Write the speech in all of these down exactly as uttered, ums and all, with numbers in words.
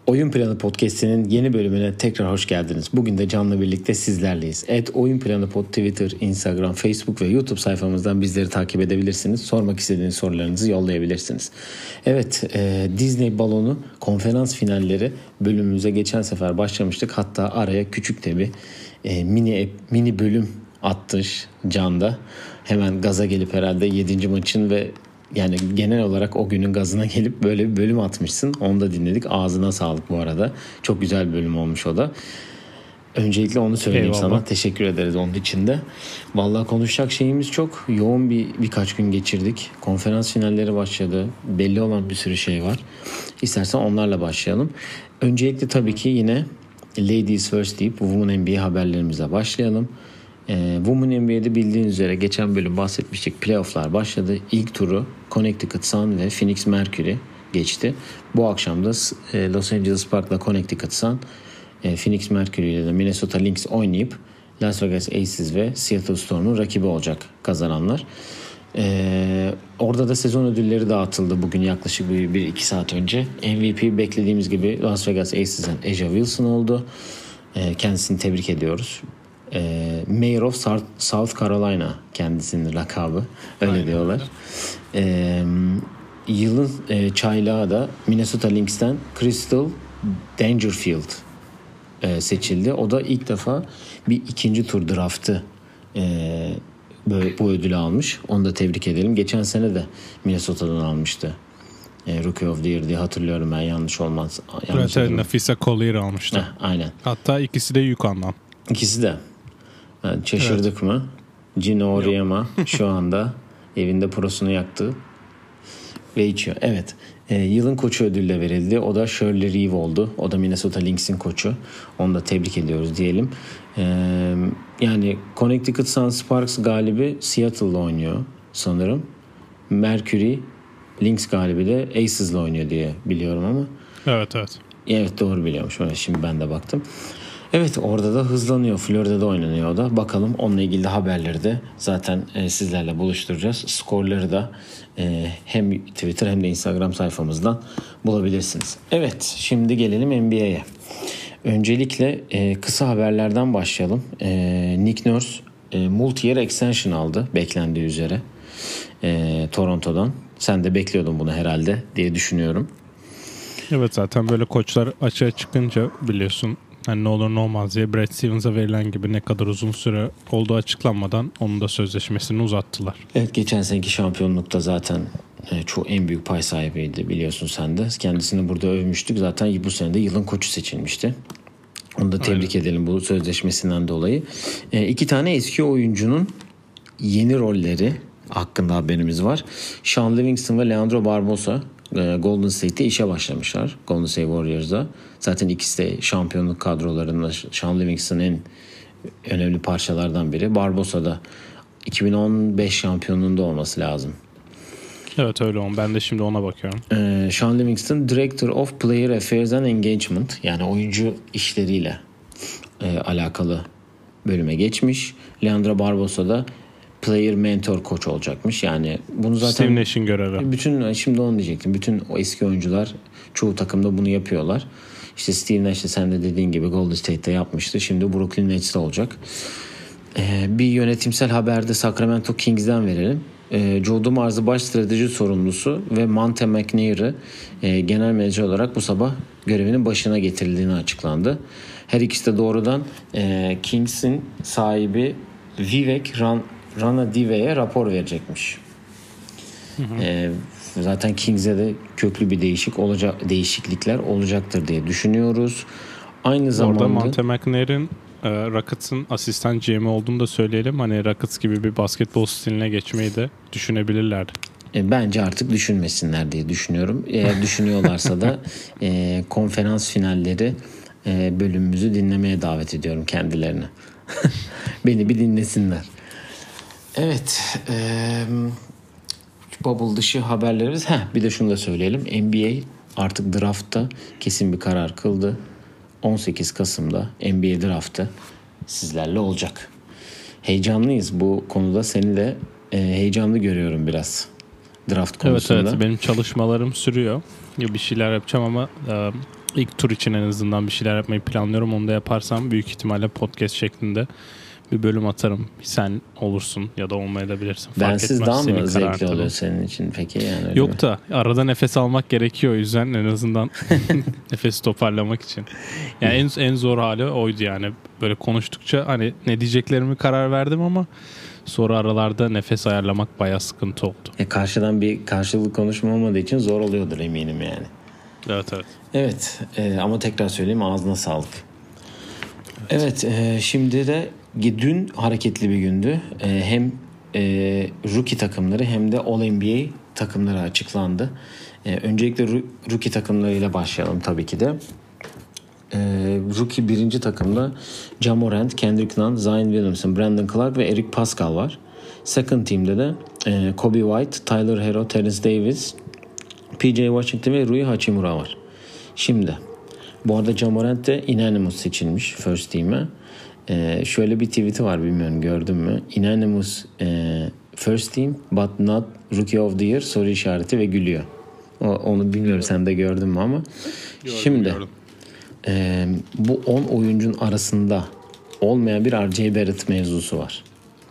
Oyun Planı Podcast'inin yeni bölümüne tekrar hoş geldiniz. Bugün de canlı birlikte sizlerleyiz. Et Oyun Planı Pod Twitter, Instagram, Facebook ve YouTube sayfamızdan bizleri takip edebilirsiniz. Sormak istediğiniz sorularınızı yollayabilirsiniz. Evet, e, Disney balonu konferans finalleri bölümümüze geçen sefer başlamıştık. Hatta araya küçük de bir e, mini mini bölüm atmış Can'da. Hemen gaza gelip herhalde yedinci maçın ve yani genel olarak o günün gazına gelip böyle bir bölüm atmışsın. Onu da dinledik. Ağzına sağlık bu arada. Çok güzel bir bölüm olmuş o da. Öncelikle onu söyleyeyim Eyvallah. Sana. Teşekkür ederiz onun için de. Vallahi konuşacak şeyimiz çok. Yoğun bir birkaç gün geçirdik. Konferans finalleri başladı. Belli olan bir sürü şey var. İstersen onlarla başlayalım. Öncelikle tabii ki yine Ladies First deyip Women N B A haberlerimize başlayalım. E, Women N B A'de bildiğiniz üzere geçen bölüm bahsetmiştik. Playoff'lar başladı. İlk turu Connecticut Sun ve Phoenix Mercury geçti. Bu akşam da e, Los Angeles Spark'la Connecticut Sun, e, Phoenix Mercury ile de Minnesota Lynx oynayıp Las Vegas Aces ve Seattle Storm'un rakibi olacak kazananlar. Ee, orada da sezon ödülleri dağıtıldı bugün yaklaşık bir, bir iki saat önce. M V P beklediğimiz gibi Las Vegas Aces'in A'ja Wilson oldu. Ee, kendisini tebrik ediyoruz. Ee, Mayor of South Carolina kendisinin lakabı. Öyle Aynen. diyorlar. Ee, yılın e, çaylağı da Minnesota Lynx'ten Crystal Dangerfield e, seçildi. O da ilk defa bir ikinci tur draftı e, böyle bu ödülü almış. Onu da tebrik edelim. Geçen sene de Minnesota'dan almıştı. E, Rookie of the Year diye hatırlıyorum ben, yanlış olmaz. Yanlış evet, Nafisa Collier almıştı. Heh, aynen. Hatta ikisi de UConn'dan. İkisi de. Yani şaşırdık evet. mı? Gino Auriemma şu anda evinde prosunu yaktı ve içiyor. Evet. E, yılın koçu ödülle verildi. O da Shirley Reeve oldu. O da Minnesota Lynx'in koçu. Onu da tebrik ediyoruz diyelim. E, yani Connecticut Sun Sparks galibi Seattle'la oynuyor sanırım. Mercury Lynx galibi de Aces'la oynuyor diye biliyorum ama. Evet evet. Evet, doğru biliyormuş. Şimdi ben de baktım. Evet, orada da hızlanıyor. Florida'da oynanıyor o da. Bakalım, onunla ilgili de haberleri de zaten e, sizlerle buluşturacağız. Skorları da e, hem Twitter hem de Instagram sayfamızdan bulabilirsiniz. Evet, şimdi gelelim N B A'ye. Öncelikle e, kısa haberlerden başlayalım. E, Nick Nurse e, multi-year extension aldı beklendiği üzere e, Toronto'dan. Sen de bekliyordun bunu herhalde diye düşünüyorum. Evet, zaten böyle koçlar açığa çıkınca biliyorsun, yani ne olur ne olmaz diye Brad Stevens'a verilen gibi ne kadar uzun süre olduğu açıklanmadan onun da sözleşmesini uzattılar. Evet, geçen seneki şampiyonlukta zaten e, çok en büyük pay sahibiydi, biliyorsun sen de. Kendisini burada övmüştük. Zaten bu sene de yılın koçu seçilmişti. Onu da tebrik Aynen. edelim bu sözleşmesinden dolayı. E, iki tane eski oyuncunun yeni rolleri hakkında haberimiz var. Sean Livingston ve Leandro Barbosa Golden State'te işe başlamışlar. Golden State Warriors'da. Zaten ikisi de şampiyonluk kadrolarında. Sean Livingston en önemli parçalardan biri. Barbosa da iki bin on beş şampiyonluğunda olması lazım. Evet, öyle on. Ben de şimdi ona bakıyorum. Ee, Sean Livingston Director of Player Affairs and Engagement, yani oyuncu işleriyle e, alakalı bölüme geçmiş. Leandro Barbosa da Player Mentor Koç olacakmış. Yani bunu zaten Steve Nash'in görevi. Bütün, şimdi onu diyecektim. Bütün o eski oyuncular çoğu takımda bunu yapıyorlar. İşte Steve Nash de sen de dediğin gibi Golden State'te yapmıştı. Şimdi Brooklyn Nets'te olacak. Ee, bir yönetimsel haberde Sacramento Kings'den verelim. Ee, Joe Dumars baş strateji sorumlusu ve Monte McNair'ı e, genel menajer olarak bu sabah görevinin başına getirildiğini açıklandı. Her ikisi de doğrudan e, Kings'in sahibi Vivek Ran Rana Dive'ye rapor verecekmiş. Hı hı. Ee, zaten Kings'e de köklü bir değişik olacak, değişiklikler olacaktır diye düşünüyoruz. Aynı zamanda orada Monte McNair'in e, Rockets'ın asistan G M olduğunu da söyleyelim. Hani Rockets gibi bir basketbol stiline geçmeyi de düşünebilirlerdi. E, bence artık düşünmesinler diye düşünüyorum. Eğer düşünüyorlarsa da e, konferans finalleri e, bölümümüzü dinlemeye davet ediyorum kendilerini. Beni bir dinlesinler. Evet, e, bubble dışı haberlerimiz. Heh, bir de şunu da söyleyelim. N B A artık draftta kesin bir karar kıldı. on sekiz Kasım'da N B A draftı sizlerle olacak. Heyecanlıyız bu konuda. Seni de e, heyecanlı görüyorum biraz draft konusunda. Evet evet, benim çalışmalarım sürüyor. Bir şeyler yapacağım ama e, ilk tur için en azından bir şeyler yapmayı planlıyorum. Onu da yaparsam büyük ihtimalle podcast şeklinde bir bölüm atarım. Sen olursun ya da olmayabilirsin. Bensiz daha mı zevkli oluyor senin için peki? Yani yok mi? Da arada nefes almak gerekiyor, o yüzden en azından nefesi toparlamak için. Yani en, en zor hali oydu yani. Böyle konuştukça hani ne diyeceklerimi karar verdim ama sonra aralarda nefes ayarlamak bayağı sıkıntı oldu. E karşıdan bir karşılıklı konuşma olmadığı için zor oluyordur eminim yani. Evet evet. Evet e, ama tekrar söyleyeyim, ağzına sağlık. Evet, evet e, şimdi de dün hareketli bir gündü. E, hem e, rookie takımları hem de All N B A takımları açıklandı. E, öncelikle rookie takımlarıyla başlayalım tabii ki de. E, rookie birinci takımda Ja Morant, Kendrick Nunn, Zion Williamson, Brandon Clark ve Eric Pascal var. Second team'de de e, Kobe White, Tyler Herro, Terence Davis, P J Washington ve Rui Hachimura var. Şimdi bu arada Ja Morant de unanimous seçilmiş first team'e. Ee, şöyle bir tweet'i var, bilmiyorum gördün mü? Unanimous e, first team but not rookie of the year soru işareti ve gülüyor. O, onu bilmiyorum sen de gördün mü ama. Gördüm, şimdi gördüm. E, bu on oyuncunun arasında olmayan bir R J Barrett mevzusu var.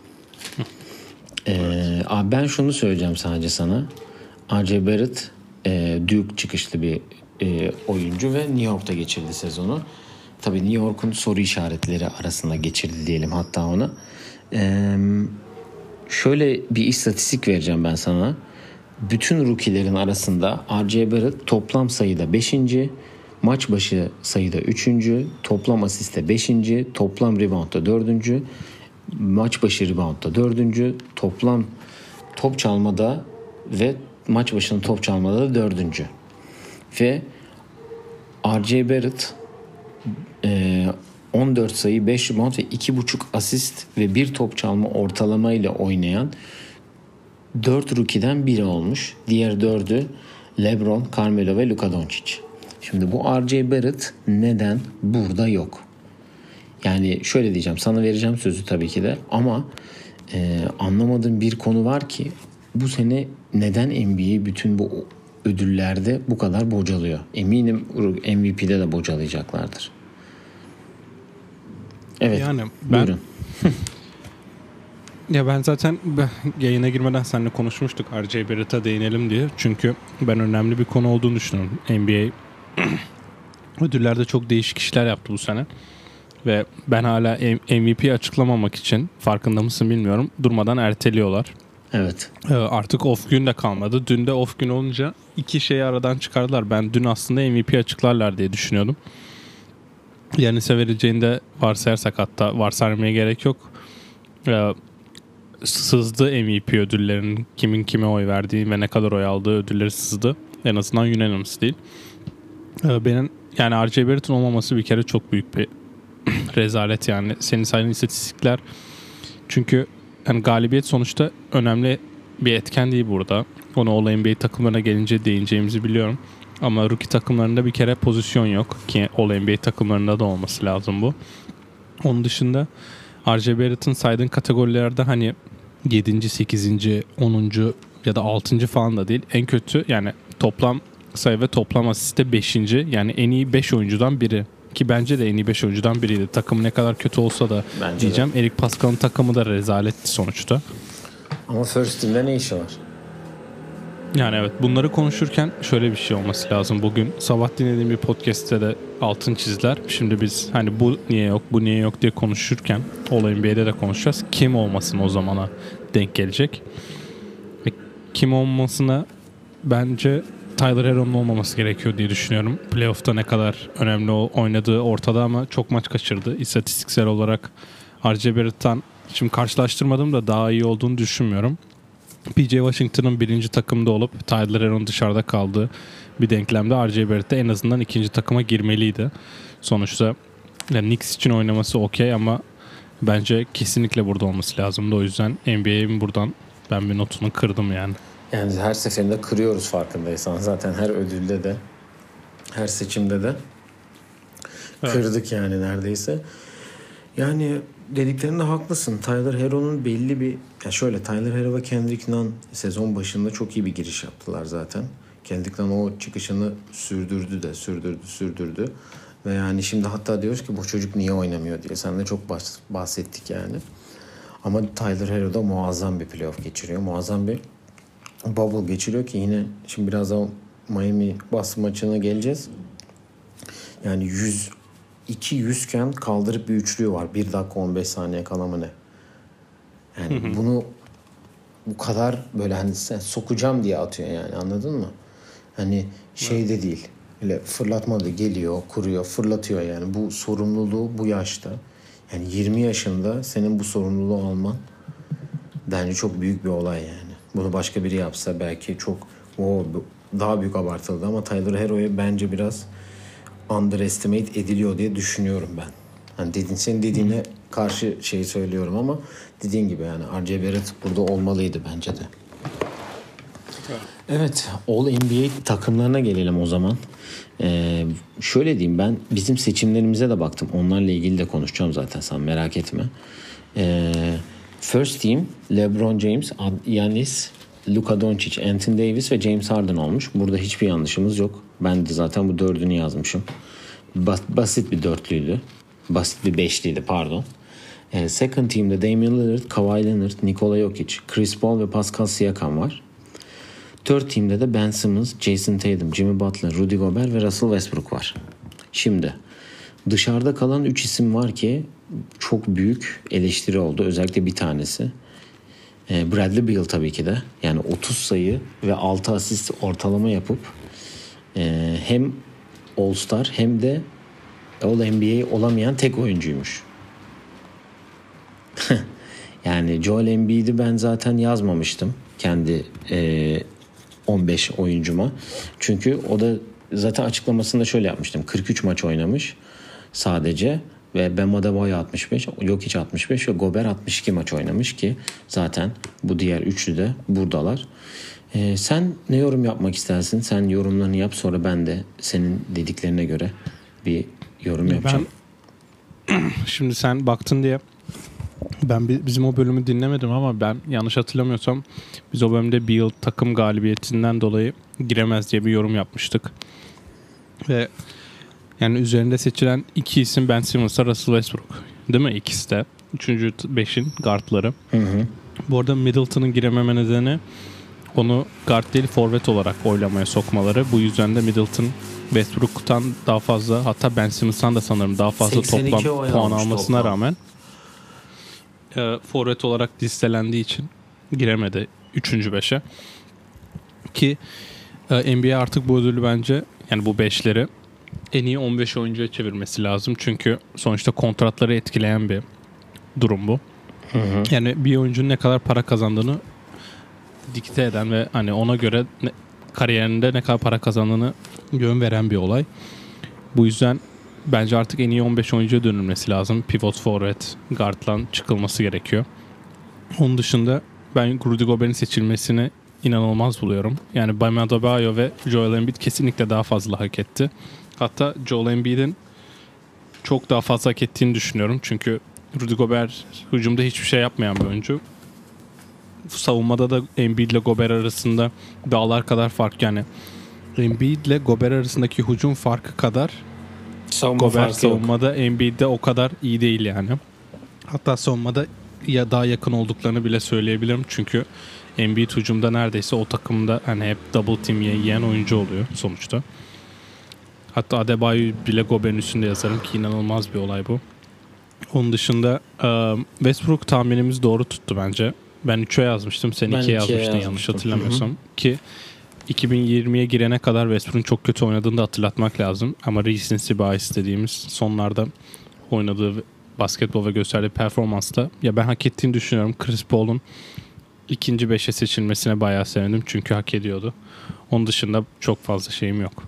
ee, abi ben şunu söyleyeceğim sadece sana. R J Barrett e, Duke çıkışlı bir e, oyuncu ve New York'ta geçirdi sezonu. Tabii New York'un soru işaretleri arasında geçirdi diyelim hatta ona. Ee, şöyle bir istatistik vereceğim ben sana. Bütün rookie'lerin arasında R J Barrett toplam sayıda beşinci, maç başı sayıda üçüncü, toplam asiste beşinci, toplam reboundda dördüncü, maç başı reboundda dördüncü, toplam top çalmada ve maç başına top çalmada da dördüncü. Ve R J Barrett on dört sayı, beş rebound ve iki buçuk asist ve bir top çalma ortalama ile oynayan dört rookie'den biri olmuş. Diğer dördü LeBron, Carmelo ve Luka Doncic. Şimdi bu R J Barrett neden burada yok? Yani şöyle diyeceğim, sana vereceğim sözü tabii ki de ama e, anlamadığım bir konu var ki bu sene neden N B A bütün bu ödüllerde bu kadar bocalıyor? Eminim M V P'de de bocalayacaklardır. Evet. Yani ben ya ben zaten yayına girmeden seninle konuşmuştuk R J Barrett'a değinelim diye. Çünkü ben önemli bir konu olduğunu düşünüyorum. N B A ödüllerde çok değişik işler yaptı bu sene. Ve ben hala M V P açıklamamak için, farkında mısın bilmiyorum, durmadan erteliyorlar. Evet. Artık off gün de kalmadı. Dün de off gün olunca iki şeyi aradan çıkardılar. Ben dün aslında M V P açıklarlar diye düşünüyordum. Yanis'e vereceğini de varsayarsak, hatta varsaymaya gerek yok. Ee, sızdı M V P ödüllerinin, kimin kime oy verdiği ve ne kadar oy aldığı ödülleri sızdı. En azından unanimous değil. Ee, benim yani R J Barrett'ın olmaması bir kere çok büyük bir rezalet yani. Senin saydığın istatistikler, çünkü yani galibiyet sonuçta önemli bir etken değil burada. Onu All N B A takımlarına gelince değineceğimizi biliyorum. Ama rookie takımlarında bir kere pozisyon yok ki All N B A takımlarında da olması lazım bu. Onun dışında R J Barrett'ın saydığın kategorilerde hani yedinci, sekizinci, onuncu ya da altıncı falan da değil. En kötü yani toplam sayı ve toplam asiste beşinci. Yani en iyi beş oyuncudan biri. Ki bence de en iyi beş oyuncudan biriydi. Takım ne kadar kötü olsa da bence diyeceğim. De. Eric Pascal'ın takımı da rezaletti sonuçta. Ama first team'de ne işi var? Yani evet, bunları konuşurken şöyle bir şey olması lazım. Bugün sabah dinlediğim bir podcast'te de altın çizdiler. Şimdi biz hani bu niye yok, bu niye yok diye konuşurken All N B A'de de konuşacağız. Kim olmasın o zamana denk gelecek. Ve kim olmasına bence Tyler Herro'nun olmaması gerekiyor diye düşünüyorum. Playoff'ta ne kadar önemli oynadığı ortada ama çok maç kaçırdı. İstatistiksel olarak R J Barrett'tan şimdi karşılaştırmadım da daha iyi olduğunu düşünmüyorum. P J Washington'ın birinci takımda olup Tyler Herro'nun dışarıda kaldığı bir denklemde R J Barrett de en azından ikinci takıma girmeliydi. Sonuçta yani Knicks için oynaması okey ama bence kesinlikle burada olması lazımdı. O yüzden N B A'nin buradan ben bir notunu kırdım yani. Yani her seferinde kırıyoruz farkındaysan. Zaten her ödülde de, her seçimde de evet. Kırdık yani neredeyse. Yani dediklerinde haklısın. Tyler Herro'nun belli bir... Ya şöyle, Tyler Herro ve Kendrick Nunn sezon başında çok iyi bir giriş yaptılar zaten. Geldikten o çıkışını sürdürdü de sürdürdü sürdürdü. Ve yani şimdi hatta diyoruz ki bu çocuk niye oynamıyor diye. Sen de çok bahsettik yani. Ama Tyler Herro da muazzam bir playoff geçiriyor. Muazzam bir bubble geçiriyor ki yine şimdi birazdan Miami Boston maçına geleceğiz. Yani yüz iki yüzken kaldırıp bir üçlüğü var. bir dakika on beş saniye kala mı ne? Yani hı hı. Bunu bu kadar böyle hani sen sokacağım diye atıyor yani, anladın mı? Hani şey de değil. Öyle fırlatma da geliyor, kuruyor, fırlatıyor yani. Bu sorumluluğu bu yaşta. Yani yirmi yaşında senin bu sorumluluğu alman bence çok büyük bir olay yani. Bunu başka biri yapsa belki çok o daha büyük abartıldı ama Tyler Herro'ya bence biraz underestimate ediliyor diye düşünüyorum ben. Hani dediğin, senin dediğine karşı şey söylüyorum ama dediğin gibi yani R J Barrett burada olmalıydı bence de. Evet, All N B A takımlarına gelelim o zaman. Ee, şöyle diyeyim, ben bizim seçimlerimize de baktım. Onlarla ilgili de konuşacağım zaten, sen merak etme. Ee, First Team LeBron James, Giannis, Luka Doncic, Anthony Davis ve James Harden olmuş. Burada hiçbir yanlışımız yok. Ben de zaten bu dördünü yazmışım. Bas, basit bir dörtlüydü. Basit bir beşliydi pardon. Ee, second Team'de Damian Lillard, Kawhi Leonard, Nikola Jokic, Chris Paul ve Pascal Siakam var. Third Team'de de Ben Simmons, Jason Tatum, Jimmy Butler, Rudy Gobert ve Russell Westbrook var. Şimdi dışarıda kalan üç isim var ki çok büyük eleştiri oldu. Özellikle bir tanesi. Bradley Beal tabii ki de. Yani otuz sayı ve altı asist ortalama yapıp hem All-Star hem de All N B A olamayan tek oyuncuymuş. Yani Joel Embiid'i ben zaten yazmamıştım kendi e, on beş oyuncuma. Çünkü o da zaten açıklamasında şöyle yapmıştım. kırk üç maç oynamış sadece ve Bam Adebayo altmış beş, Jokic altmış beş ve Gobert altmış iki maç oynamış ki zaten bu diğer üçlü de buradalar. E, sen ne yorum yapmak istersin? Sen yorumlarını yap, sonra ben de senin dediklerine göre bir yorum yapacağım. Ben, şimdi sen baktın diye ben bizim o bölümü dinlemedim ama ben yanlış hatırlamıyorsam biz o bölümde Beal takım galibiyetinden dolayı giremez diye bir yorum yapmıştık. Ve yani üzerinde seçilen iki isim Ben Simmons'a Russell Westbrook. Değil mi? İkisi de. Üçüncü beşin guardları. Hı hı. Bu arada Middleton'ın girememe nedeni onu guard değil forvet olarak oylamaya sokmaları. Bu yüzden de Middleton Westbrook'tan daha fazla, hatta Ben Simmons'tan da sanırım daha fazla toplam puan almasına toplam. rağmen e, forvet olarak listelendiği için giremedi üçüncü beşe. Ki e, N B A artık bu ödülü bence, yani bu beşleri en iyi on beş oyuncuya çevirmesi lazım. Çünkü sonuçta kontratları etkileyen bir durum bu. Hı hı. Yani bir oyuncunun ne kadar para kazandığını dikte eden ve hani ona göre ne, kariyerinde ne kadar para kazandığını yön veren bir olay. Bu yüzden bence artık en iyi on beş oyuncuya dönülmesi lazım. Pivot, forvet, guard'lan çıkılması gerekiyor. Onun dışında ben Rudy Gobert'in seçilmesini inanılmaz buluyorum. Yani Bam Adebayo ve Joel Embiid kesinlikle daha fazla hak etti. Hatta Joel Embiid'in çok daha fazla hak ettiğini düşünüyorum. Çünkü Rudy Gobert hücumda hiçbir şey yapmayan bir oyuncu. Savunmada da Embiid ile Gobert arasında dağlar kadar fark, yani Embiid ile Gobert arasındaki hücum farkı kadar Savunma Gobert savunmada Embiid'de o kadar iyi değil yani. Hatta savunmada ya daha yakın olduklarını bile söyleyebilirim. Çünkü Embiid hücumda neredeyse o takımda hani hep double team yiyen oyuncu oluyor sonuçta. Hatta Adebayo bile Gobert'in üstünde yazarım ki inanılmaz bir olay bu. Onun dışında Westbrook tahminimiz doğru tuttu bence. Ben üçe yazmıştım. Sen ikiye yazmıştın yanlış hatırlamıyorsam. Hı-hı. Ki iki bin yirmiye girene kadar Westbrook'un çok kötü oynadığını da hatırlatmak lazım. Ama recency bias dediğimiz sonlarda oynadığı basketbol ve gösterdiği performansla ya ben hak ettiğini düşünüyorum. Chris Paul'un ikinci beşe seçilmesine bayağı sevindim. Çünkü hak ediyordu. Onun dışında çok fazla şeyim yok.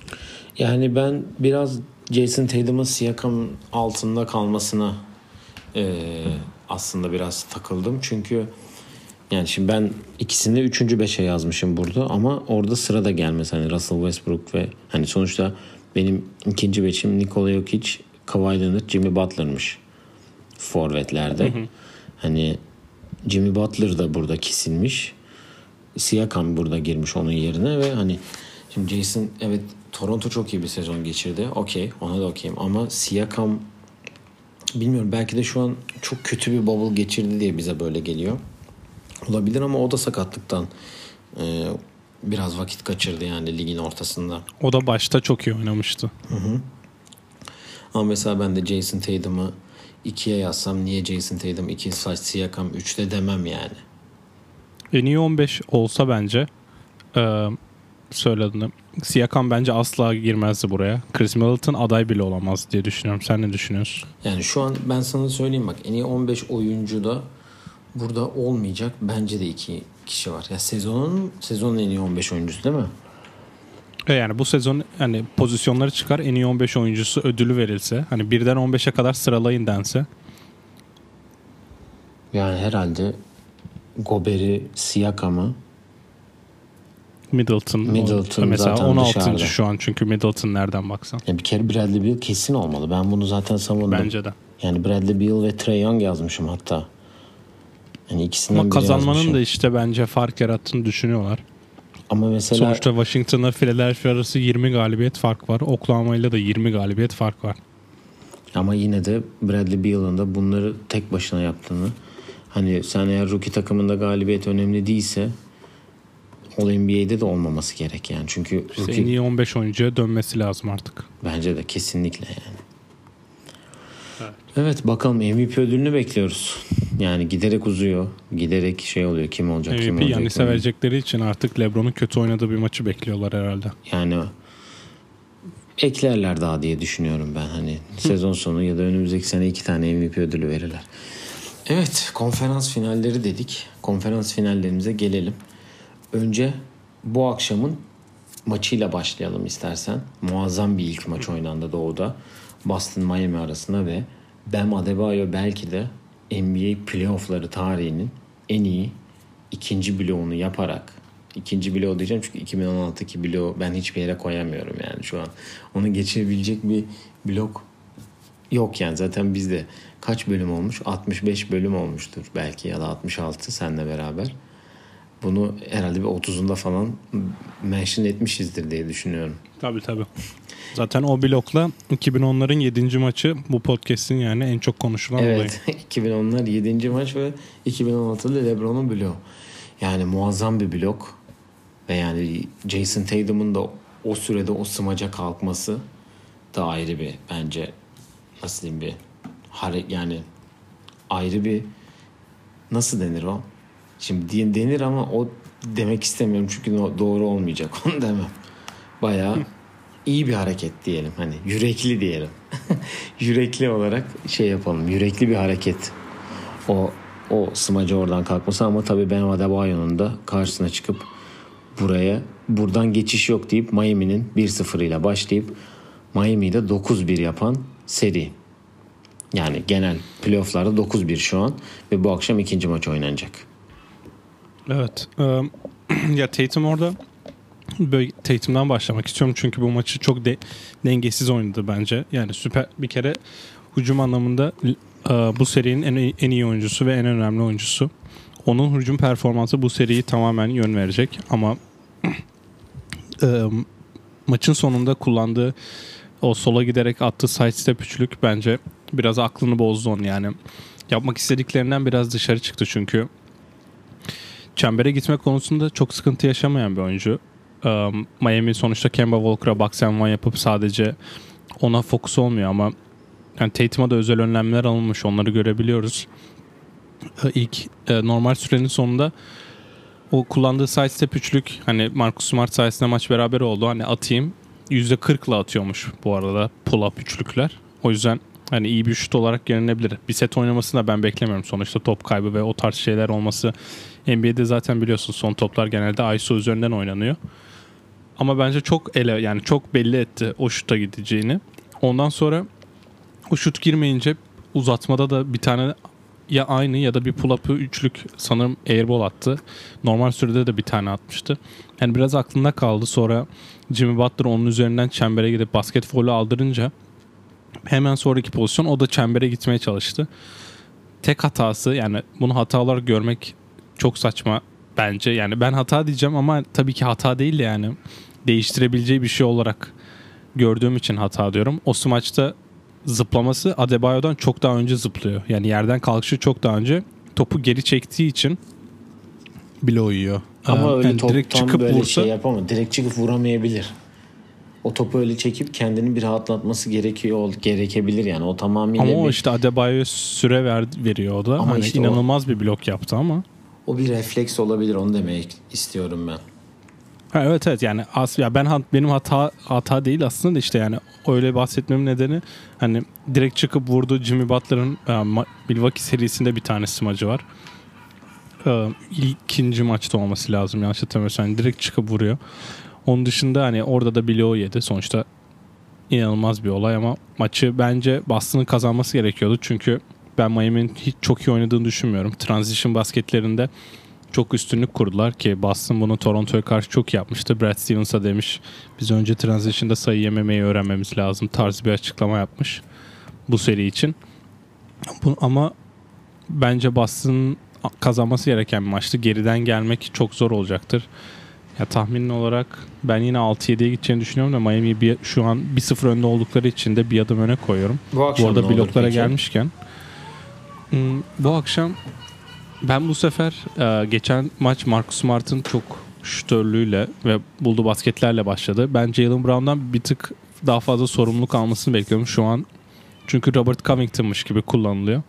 Yani ben biraz Jason Tatum'un Siakam'ın altında kalmasına e, aslında biraz takıldım. Çünkü yani şimdi ben ikisini de üçüncü beşe yazmışım burada ama orada sıra da gelmez. Hani Russell Westbrook ve hani sonuçta benim ikinci beşim Nikola Jokic, Kawhi Leonard, Jimmy Butler'mış forvetlerde. Hı hı. Hani Jimmy Butler da burada kesilmiş. Siakam burada girmiş onun yerine ve hani Şimdi Jason evet Toronto çok iyi bir sezon geçirdi. Okey, ona da okeyim ama Siakam bilmiyorum, belki de şu an çok kötü bir bubble geçirdi diye bize böyle geliyor. Olabilir ama o da sakatlıktan e, biraz vakit kaçırdı yani ligin ortasında. O da başta çok iyi oynamıştı. Hı hı. Ama mesela ben de Jason Tatum'u ikiye yazsam niye Jason Tatum iki, Siakam üçte demem yani. En iyi on beş olsa bence e, söyledim. Siakam bence asla girmezdi buraya. Chris Middleton aday bile olamaz diye düşünüyorum. Sen ne düşünüyorsun? Yani şu an ben sana söyleyeyim bak, en iyi on beş oyuncu da burada olmayacak. Bence de iki kişi var. Ya sezonun sezonun en iyi on beş oyuncusu değil mi? E yani bu sezon hani pozisyonları çıkar, en iyi on beş oyuncusu ödülü verilse, hani birden on beşe kadar sıralayın dense. Yani herhalde Gober'i, Siakam'ı, Middleton, Middleton mesela zaten on altıncı dışarıda. şu an çünkü Middleton nereden baksan. Ya bir kere Bradley Beal kesin olmalı. Ben bunu zaten savundum. Bence de. Yani Bradley Beal ve Trae Young yazmışım hatta. Yani ikisinden Ama biri kazanmanın yazmışım. da işte bence fark yarattığını düşünüyorlar. Ama mesela Sonuçta Washington'la Philadelphia arası yirmi galibiyet fark var. Oklahoma'yla da yirmi galibiyet fark var. ama yine de Bradley Beal'ın da bunları tek başına yaptığını, hani sen eğer rookie takımında galibiyet önemli değilse All N B A'de de olmaması gerek yani. Çünkü İşte rookie, en iyi on beş oyuncuya dönmesi lazım artık. bence de kesinlikle yani. Evet. Evet, bakalım M V P ödülünü bekliyoruz. Yani giderek uzuyor. Giderek şey oluyor. Kim olacak? Kim M V P olacak? Yannis'e verecekleri için artık LeBron'un kötü oynadığı bir maçı bekliyorlar herhalde. Yani eklerler daha diye düşünüyorum ben. Hani sezon sonu ya da önümüzdeki sene iki tane M V P ödülü verirler. Evet, konferans finalleri dedik. Konferans finallerimize gelelim. Önce bu akşamın maçıyla başlayalım istersen. Muazzam bir ilk maç oynandı Doğu'da. Boston Miami arasında ve Bam Adebayo belki de N B A playoffları tarihinin en iyi ikinci bloğunu yaparak, ikinci bloğu diyeceğim çünkü iki bin on altıdaki bloğu ben hiçbir yere koyamıyorum yani şu an. Onu geçebilecek bir blok yok yani. Zaten bizde kaç bölüm olmuş? altmış beş bölüm olmuştur belki ya da altmış altı seninle beraber. Bunu herhalde bir otuzunda falan mention etmişizdir diye düşünüyorum. Tabii tabii. Zaten o blokla iki bin onların yedinci maçı bu podcast'in yani en çok konuşulan olayı. Evet. iki bin onlar yedinci maç ve iki bin on altıda LeBron'un bloğu. Yani muazzam bir blok. Ve yani Jason Tatum'un da o sürede o smaca kalkması da ayrı bir, bence nasıl diyeyim, bir hare, yani ayrı bir, nasıl denir o? Şimdi denir ama o demek istemiyorum çünkü doğru olmayacak, onu demem. Bayağı iyi bir hareket diyelim, hani yürekli diyelim. Yürekli olarak şey yapalım, yürekli bir hareket. O o smaca oradan kalkması ama tabii Bam Adebayo'nun da karşısına çıkıp buraya buradan geçiş yok deyip Miami'nin bir sıfır ile başlayıp Miami'yi de dokuz bir yapan seri. Yani genel playoff'larda dokuz bir şu an ve bu akşam ikinci maç oynanacak. Evet. Ee, ya Tatum orada böyle Tatum'dan başlamak istiyorum çünkü bu maçı çok de, dengesiz oynadı bence. Yani süper bir kere hücum anlamında e, bu serinin en, en iyi oyuncusu ve en önemli oyuncusu. Onun hücum performansı bu seriyi tamamen yön verecek ama e, maçın sonunda kullandığı o sola giderek attığı sidestep üçlük bence biraz aklını bozdu onu yani. Yapmak istediklerinden biraz dışarı çıktı çünkü çembere gitme konusunda çok sıkıntı yaşamayan bir oyuncu. Um, Miami sonuçta Kemba Walker'a box and one yapıp sadece ona fokus olmuyor ama yani Tatum'a da özel önlemler alınmış, onları görebiliyoruz. İlk e, normal sürenin sonunda o kullandığı sidestep üçlük, hani Marcus Smart sayesinde maç beraber oldu. Hani atayım yüzde kırkla atıyormuş bu arada pull-up üçlükler. O yüzden hani iyi bir şut olarak görünebilir. Bir set oynamasını da ben beklemiyorum. Sonuçta top kaybı ve o tarz şeyler olması, N B A'de zaten biliyorsun son toplar genelde I S O üzerinden oynanıyor. Ama bence çok ele yani çok belli etti o şuta gideceğini. Ondan sonra o şut girmeyince uzatmada da bir tane ya aynı ya da bir pull-up'ı üçlük sanırım airball attı. Normal sürede de bir tane atmıştı. Yani biraz aklında kaldı. Sonra Jimmy Butler onun üzerinden çembere gidip basket faulü aldırınca hemen sonraki pozisyon o da çembere gitmeye çalıştı. Tek hatası, yani bunu hatalar görmek çok saçma bence. Yani ben hata diyeceğim ama tabii ki hata değil yani. değiştirebileceği bir şey olarak gördüğüm için hata diyorum. O smaçta zıplaması Adebayo'dan çok daha önce zıplıyor. Yani yerden kalkışı çok daha önce, topu geri çektiği için blow yiyor. Ama Ee, öyle yani top direkt tam çıkıp böyle vursa, şey yapamaz. Direkt çıkıp vuramayabilir. O topu öyle çekip kendini bir rahatlatması gerekiyor, gerekebilir yani. O tamamıyla ama o bir, işte Adebayo'ya süre ver, veriyor o da. Ama Hani işte inanılmaz o, bir blok yaptı ama. O bir refleks olabilir, onu demek istiyorum ben. Ha, evet evet yani as ya ben benim hata hata değil aslında da işte yani öyle bahsetmemin nedeni hani direkt çıkıp vurdu. Jimmy Butler'ın e, Milwaukee serisinde bir tane smacı var. E, ikinci maçta olması lazım yanlış hatırlamıyorsam. Yani direkt çıkıp vuruyor. Onun dışında hani orada da blow yedi. Sonuçta inanılmaz bir olay ama maçı bence Boston'ın kazanması gerekiyordu. Çünkü ben Miami'nin hiç çok iyi oynadığını düşünmüyorum. Transition basketlerinde çok üstünlük kurdular ki Boston bunu Toronto'ya karşı çok yapmıştı. Brad Stevens'a demiş biz önce transition'da sayı yememeyi öğrenmemiz lazım tarzı bir açıklama yapmış bu seri için. Bu, ama bence Boston'ın kazanması gereken bir maçtı. Geriden gelmek çok zor olacaktır. Ya tahmin olarak ben yine altı yediye gideceğini düşünüyorum da Miami'yi bir, şu an bir sıfır önde oldukları için de bir adım öne koyuyorum. Bu, bu arada bloklara peki? gelmişken hmm, bu akşam ben bu sefer e, geçen maç Marcus Smart'ın çok şütörlüğüyle ve bulduğu basketlerle başladı. Ben Jaylen Brown'dan bir tık daha fazla sorumluluk almasını bekliyorum şu an. Çünkü Robert Covington'mış gibi kullanılıyor.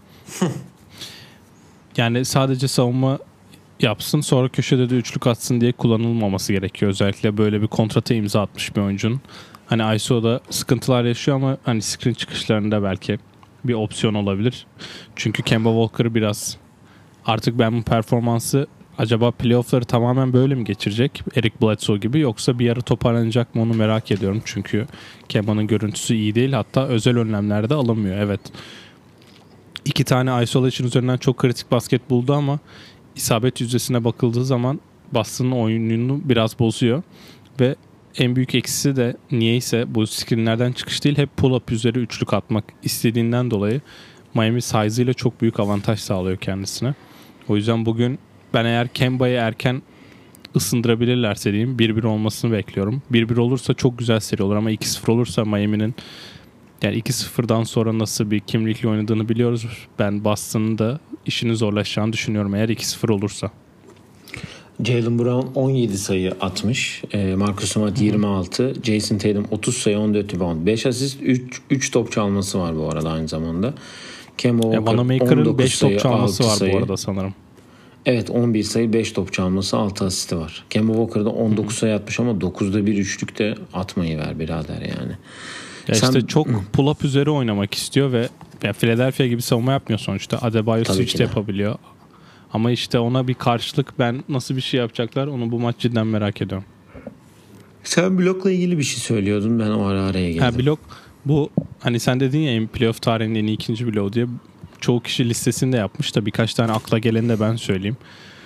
Yani sadece savunma yapsın sonra köşede de üçlük atsın diye kullanılmaması gerekiyor. Özellikle böyle bir kontrata imza atmış bir oyuncunun. Hani I S O'da sıkıntılar yaşıyor ama hani screen çıkışlarında belki bir opsiyon olabilir. Çünkü Kemba Walker biraz artık ben bu performansı acaba playoff'ları tamamen böyle mi geçirecek? Eric Bledsoe gibi yoksa bir ara toparlanacak mı onu merak ediyorum. Çünkü Kemba'nın görüntüsü iyi değil. Hatta özel önlemlerde alınmıyor. Evet. İki tane isolation üzerinden çok kritik basket buldu ama isabet yüzdesine bakıldığı zaman Boston'ın oyununu biraz bozuyor. Ve en büyük eksisi de niyeyse bu screenlerden çıkış değil hep pull-up üzeri üçlük atmak istediğinden dolayı Miami size'ıyla çok büyük avantaj sağlıyor kendisine. O yüzden bugün ben eğer Kemba'yı erken ısındırabilirlerse diyeyim bir bir olmasını bekliyorum. bir bir olursa çok güzel seri olur ama iki sıfır olursa Miami'nin yani iki sıfırdan sonra nasıl bir kimlikle oynadığını biliyoruz. Ben Boston'ın da işini zorlaşacağını düşünüyorum eğer iki sıfır olursa. Jaylen Brown on yedi sayı atmış. Marcus Smart yirmi altı. Jason Tatum otuz sayı on dört rebound. beş asist üç, üç top çalması var bu arada aynı zamanda. Kemba Walker Vanamaker'ın beş top sayı, çalması var sayı. bu arada sanırım. Evet on bir sayı beş top çalması altı asisti var. Kemba Walker'da on dokuz sayı atmış ama dokuzda bir üçlük de atmayı ver birader yani. Ya Sen, işte çok pull-up üzeri oynamak istiyor ve ya Philadelphia gibi savunma yapmıyor sonuçta. Adebayo switch de yapabiliyor. Ama işte ona bir karşılık ben nasıl bir şey yapacaklar onu bu maç cidden merak ediyorum. Sen blokla ilgili bir şey söylüyordun ben o ara araya girdim. Ha, blok bu hani sen dedin ya playoff tarihinin en iyi ikinci bloğu diye çoğu kişi listesinde yapmış da birkaç tane akla geleni de ben söyleyeyim.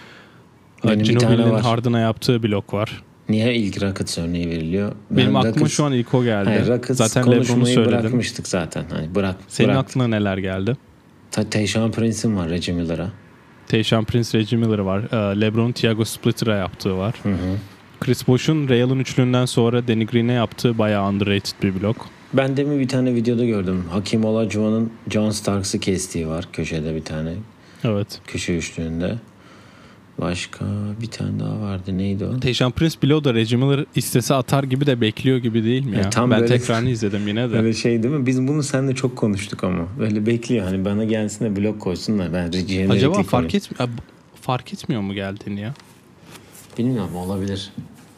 Ginobili'nin Harden'a yaptığı blok var. Niye ilk Rockets örneği veriliyor? Ben Benim aklıma Rockets, şu an ilk o geldi. Hayır, Rockets zaten LeBron'u söyledim. Bırakmıştık zaten. Hani bırak, Senin bıraktık. aklına neler geldi? Tayshaun Prince'in var Reggie Miller'a. Tayshaun Prince, Reggie Miller var. LeBron'un Thiago Splitter'a yaptığı var. Hı hı. Chris Bosh'un Real'ın üçlüğünden sonra Danny Green'e yaptığı bayağı underrated bir blok. Ben demin bir tane videoda gördüm. Hakim Olajuwon'un John Starks'ı kestiği var köşede bir tane. Evet. Köşe üçlüğünde. Başka bir tane daha vardı. Neydi o? Tayshaun Prince bloğu da Reggie Miller istese atar gibi de bekliyor gibi değil mi ya? ya tam ben böyle, tekrarını izledim yine de. Öyle şey değil mi? Biz bunu seninle çok konuştuk ama. Böyle bekliyor hani bana gelsin de blok koysunlar. Ben Reggie'ye acaba fark, et, fark etmiyor mu geldiğini ya? Bilmiyorum olabilir.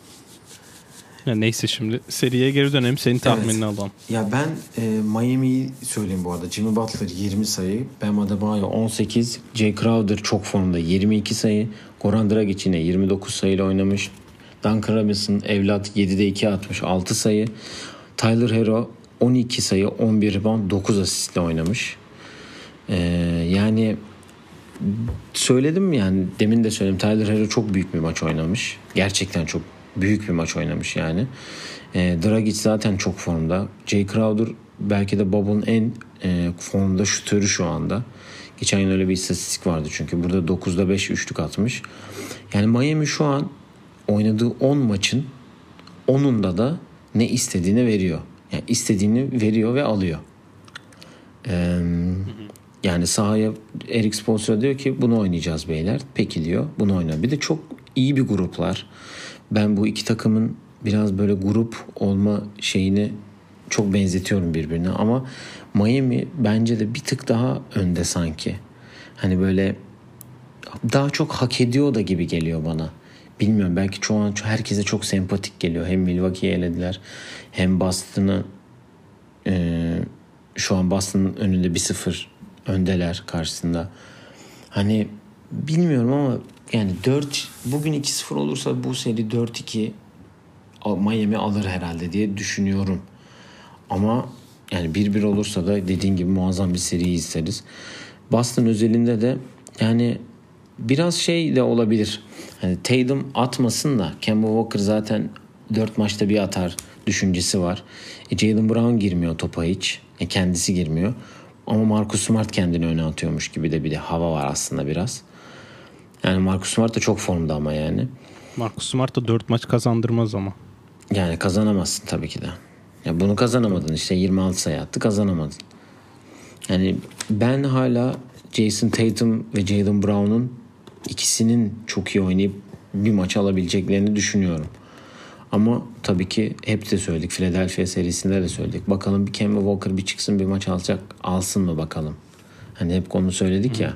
Ya neyse şimdi seriye geri dönelim. Senin tahminini evet. alalım. Ya ben e, Miami'yi söyleyeyim bu arada. Jimmy Butler yirmi sayı. Bam Adebayo on sekiz. Jay Crowder çok formda yirmi iki sayı. Goran Dragic yine yirmi dokuz sayıyla oynamış. Duncan Robinson evlat yedide iki atmış altı sayı. Tyler Hero on iki sayı on bir rebound dokuz asistle oynamış. Ee, yani söyledim yani demin de söyledim. Tyler Hero çok büyük bir maç oynamış. Gerçekten çok büyük bir maç oynamış yani. E, Dragic zaten çok formda. Jay Crowder belki de Bob'un en e, formda şutörü şu anda. Geçen gün öyle bir istatistik vardı çünkü. Burada dokuzda beş üçlük atmış. Yani Miami şu an oynadığı on maçın Onun da da ne istediğini veriyor. Yani istediğini veriyor ve alıyor. Ee, yani sahaya Erik Spoelstra diyor ki bunu oynayacağız beyler. Peki diyor, bunu oyna. Bir de çok iyi bir gruplar. Ben bu iki takımın biraz böyle grup olma şeyini çok benzetiyorum birbirine. Ama Miami bence de bir tık daha önde sanki. Hani böyle daha çok hak ediyor da gibi geliyor bana. Bilmiyorum, belki şu an herkese çok sempatik geliyor. Hem Milwaukee'yi elediler hem Boston'ı e, şu an Boston'ın önünde bir sıfır öndeler karşısında. Hani bilmiyorum ama yani dört bugün iki sıfır olursa bu seri dört iki Miami alır herhalde diye düşünüyorum. Ama yani bir bir olursa da dediğin gibi muazzam bir seri isteriz. Boston özelinde de yani biraz şey de olabilir. Hani Tatum atmasın da Kemba Walker zaten dört maçta bir atar düşüncesi var. E, Jaylen Brown girmiyor topa hiç. E, kendisi girmiyor. Ama Marcus Smart kendini öne atıyormuş gibi de bir de hava var aslında biraz. Yani Marcus Smart da çok formda ama yani. Marcus Smart da dört maç kazandırmaz ama. Yani kazanamazsın tabii ki de. Ya bunu kazanamadın işte, yirmi altı sayı attı, kazanamadın. Yani ben hala Jason Tatum ve Jaylen Brown'un ikisinin çok iyi oynayıp bir maç alabileceklerini düşünüyorum. Ama tabii ki hep de söyledik. Philadelphia serisinde de söyledik. Bakalım bir Kemba Walker bir çıksın bir maç alacak. Alsın mı bakalım. Hani hep onu söyledik Hı. ya.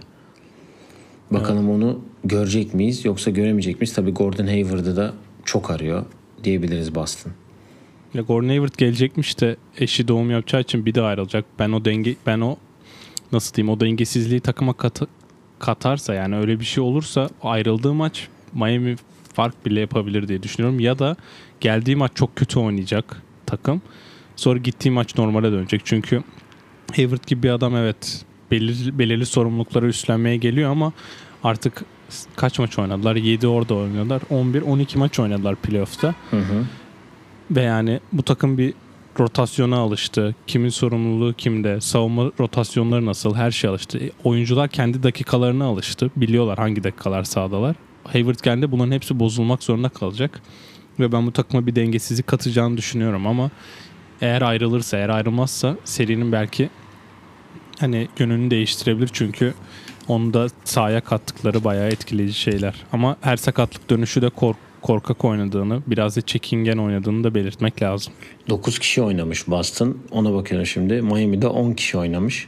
Bakalım evet. Onu görecek miyiz yoksa göremeyecek miyiz? Tabii Gordon Hayward'ı da çok arıyor diyebiliriz Boston. Ya Gordon Hayward gelecekmiş de eşi doğum yapacağı için bir de ayrılacak. Ben o denge ben o nasıl diyeyim o dengesizliği takıma katı, katarsa yani öyle bir şey olursa ayrıldığı maç Miami fark bile yapabilir diye düşünüyorum. Ya da geldiği maç çok kötü oynayacak takım. Sonra gittiği maç normale dönecek. Çünkü Hayward gibi bir adam evet belirli, belirli sorumlulukları üstlenmeye geliyor ama artık kaç maç oynadılar? yedi orada oynadılar. on bir on iki maç oynadılar playoff'ta. Hı hı. Ve yani bu takım bir rotasyona alıştı. Kimin sorumluluğu kimde? Savunma rotasyonları nasıl? Her şey alıştı. E, oyuncular kendi dakikalarına alıştı. Biliyorlar hangi dakikalar sahadalar. Hayward geldi, bunların hepsi bozulmak zorunda kalacak. Ve ben bu takıma bir dengesizlik katacağını düşünüyorum ama eğer ayrılırsa, eğer ayrılmazsa serinin belki hani yönünü değiştirebilir. Çünkü onu da sahaya kattıkları bayağı etkileyici şeyler. Ama her sakatlık dönüşü de kork korkak oynadığını, biraz da çekingen oynadığını da belirtmek lazım. dokuz kişi oynamış Boston. Ona bakıyorum şimdi. Miami'de on kişi oynamış.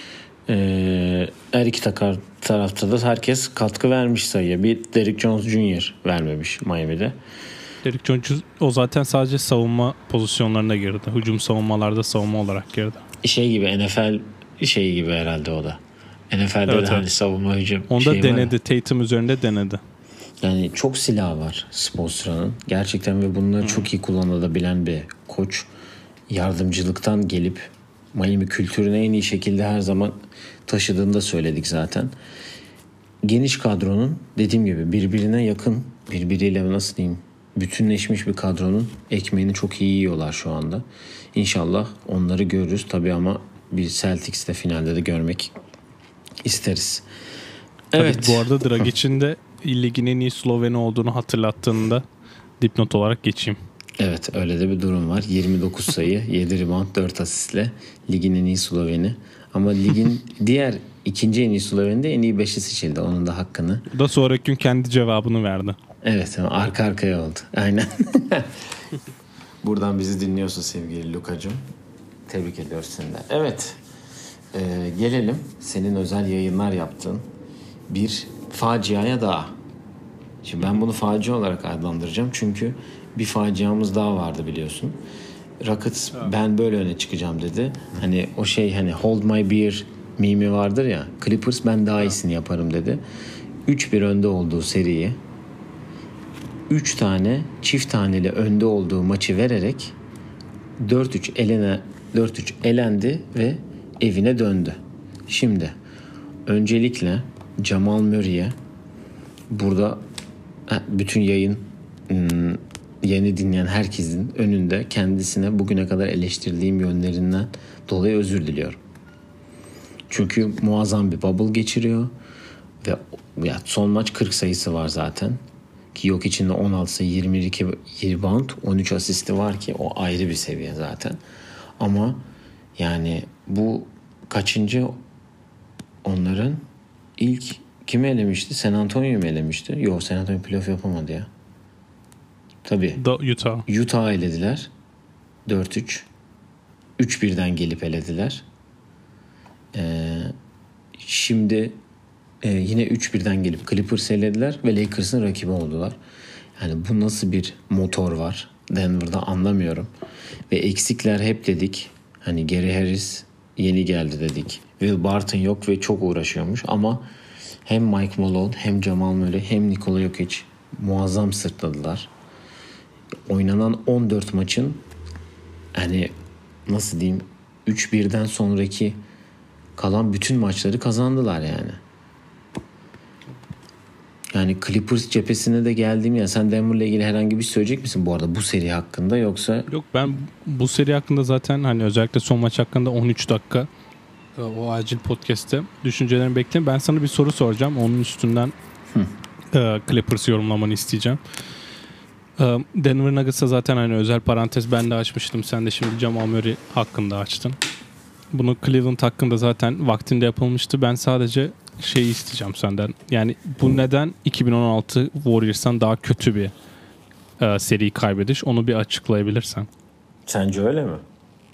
Ee, her iki takar tarafta da herkes katkı vermiş sayıya. Bir Derrick Jones Junior vermemiş Miami'de. Derrick Jones o zaten sadece savunma pozisyonlarına girdi. Hücum savunmalarda savunma olarak girdi. Şey gibi N F L şey gibi herhalde o da. N F L'de evet, de hani evet. savunma hücum Onda şey denedi. Tatum üzerinde denedi. Yani çok silah var Spoelstra'nın. Gerçekten ve bunları hmm. çok iyi kullanılabilen bir koç. Yardımcılıktan gelip Miami kültürünü en iyi şekilde her zaman taşıdığını da söyledik zaten. Geniş kadronun dediğim gibi birbirine yakın, birbiriyle nasıl diyeyim bütünleşmiş bir kadronun ekmeğini çok iyi yiyorlar şu anda. İnşallah onları görürüz tabii ama bir Celtics'te finalde de görmek isteriz. Evet. Tabii bu arada Dragic'in de ligin en iyi Sloveni olduğunu hatırlattığında dipnot olarak geçeyim. Evet, öyle de bir durum var. yirmi dokuz sayı, yedi rebound, dört asistle ligin en iyi Sloveni. Ama ligin diğer ikinci en iyi Sloveni de en iyi beşi seçildi. Onun da hakkını. O da sonraki gün kendi cevabını verdi. Evet, arka arkaya oldu. Aynen. Buradan bizi dinliyorsa sevgili Lukacığım. Tebrik ediyoruz seni de. Evet. Ee, gelelim senin özel yayınlar yaptığın bir faciaya daha. Şimdi ben bunu facia olarak adlandıracağım. Çünkü bir faciamız daha vardı biliyorsun. Rockets evet. ben böyle öne çıkacağım dedi. Hani o şey hani hold my beer mimi vardır ya. Clippers ben daha iyisini yaparım dedi. üç bir önde olduğu seriyi üç tane çift taneli önde olduğu maçı vererek dört üç elene dört üç elendi ve evine döndü. Şimdi öncelikle Jamal Murray'e burada bütün yayın yeni dinleyen herkesin önünde kendisine bugüne kadar eleştirdiğim yönlerinden dolayı özür diliyorum. Çünkü muazzam bir bubble geçiriyor ve ya son maç kırk sayısı var zaten. Ki yok içinde on altı sayı, yirmi iki rebound, on üç asisti var ki o ayrı bir seviye zaten. Ama yani bu kaçıncı onların ilk kimi elemişti? San Antonio'yu mu elemişti? Yok, San Antonio playoff yapamadı ya. Tabii. Utah. Utah'ı elediler. dört üç. üç birden gelip elediler. Ee, şimdi e, yine üç birden gelip Clippers'ı elediler ve Lakers'ın rakibi oldular. Yani bu nasıl bir motor var Denver'da anlamıyorum. Ve eksikler hep dedik. Hani Gary Harris yeni geldi dedik. Will Barton yok ve çok uğraşıyormuş ama hem Mike Malone hem Jamal Murray hem Nikola Jokic muazzam sırtladılar. Oynanan on dört maçın hani nasıl diyeyim üç birden sonraki kalan bütün maçları kazandılar yani. Yani Clippers cephesine de geldiğim ya, sen Denver'la ilgili herhangi bir şey söyleyecek misin bu arada bu seri hakkında yoksa? Yok, ben bu seri hakkında zaten hani özellikle son maç hakkında on üç dakika o acil podcast'te düşüncelerimi bekleyin. Ben sana bir soru soracağım. Onun üstünden e, Clippers yorumlamanı isteyeceğim. E, Denver Nuggets'a zaten hani özel parantez ben de açmıştım. Sen de şimdi Jamal Murray hakkında açtın. Bunu Cleveland hakkında zaten vaktinde yapılmıştı. Ben sadece şeyi isteyeceğim senden. Yani bu neden iki bin on altı Warriors'tan daha kötü bir e, seri kaybediş? Onu bir açıklayabilirsen. Sence öyle mi?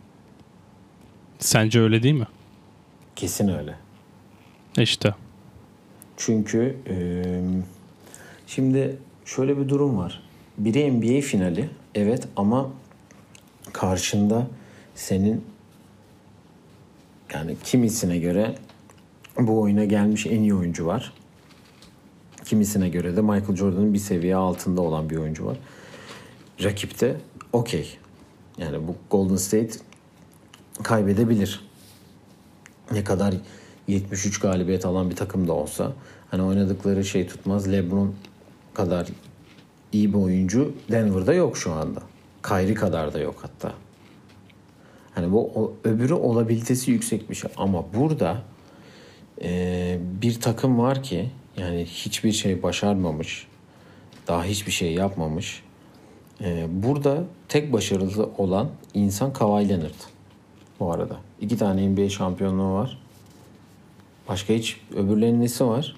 Sence öyle değil mi? Kesin öyle. İşte. Çünkü e, şimdi şöyle bir durum var. Biri N B A finali evet ama karşında senin yani kimisine göre bu oyuna gelmiş en iyi oyuncu var. Kimisine göre de Michael Jordan'ın bir seviye altında olan bir oyuncu var. Rakipte okey. Yani bu Golden State kaybedebilir. Ne kadar yetmiş üç galibiyet alan bir takım da olsa hani oynadıkları şey tutmaz. LeBron kadar iyi bir oyuncu Denver'da yok şu anda. Kyrie kadar da yok hatta. Hani bu o, öbürü olabilitesi yüksek bir şey ama burada e, bir takım var ki yani hiçbir şey başarmamış, daha hiçbir şey yapmamış. E, burada tek başarılı olan insan Kawhi Leonard. Bu arada iki tane N B A şampiyonluğu var. Başka hiç öbürlerinin nesi var?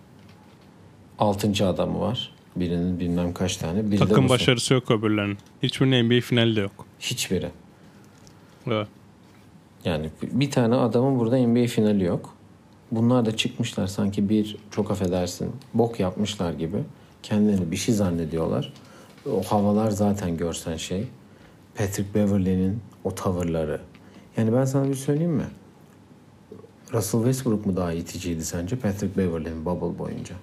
Altıncı adamı var. Birinin bilmem kaç tane. Biri Takım başarısı yok öbürlerinin. Hiçbirinin N B A finali de yok. Hiçbiri. Evet. Yani bir tane adamın burada N B A finali yok. Bunlar da çıkmışlar sanki bir çok affedersin bok yapmışlar gibi. Kendilerini bir şey zannediyorlar. O havalar zaten görsen şey. Patrick Beverley'nin o tavırları. Yani ben sana bir söyleyeyim mi? Russell Westbrook mu daha iticiydi sence? Patrick Beverley'nin bubble boyunca.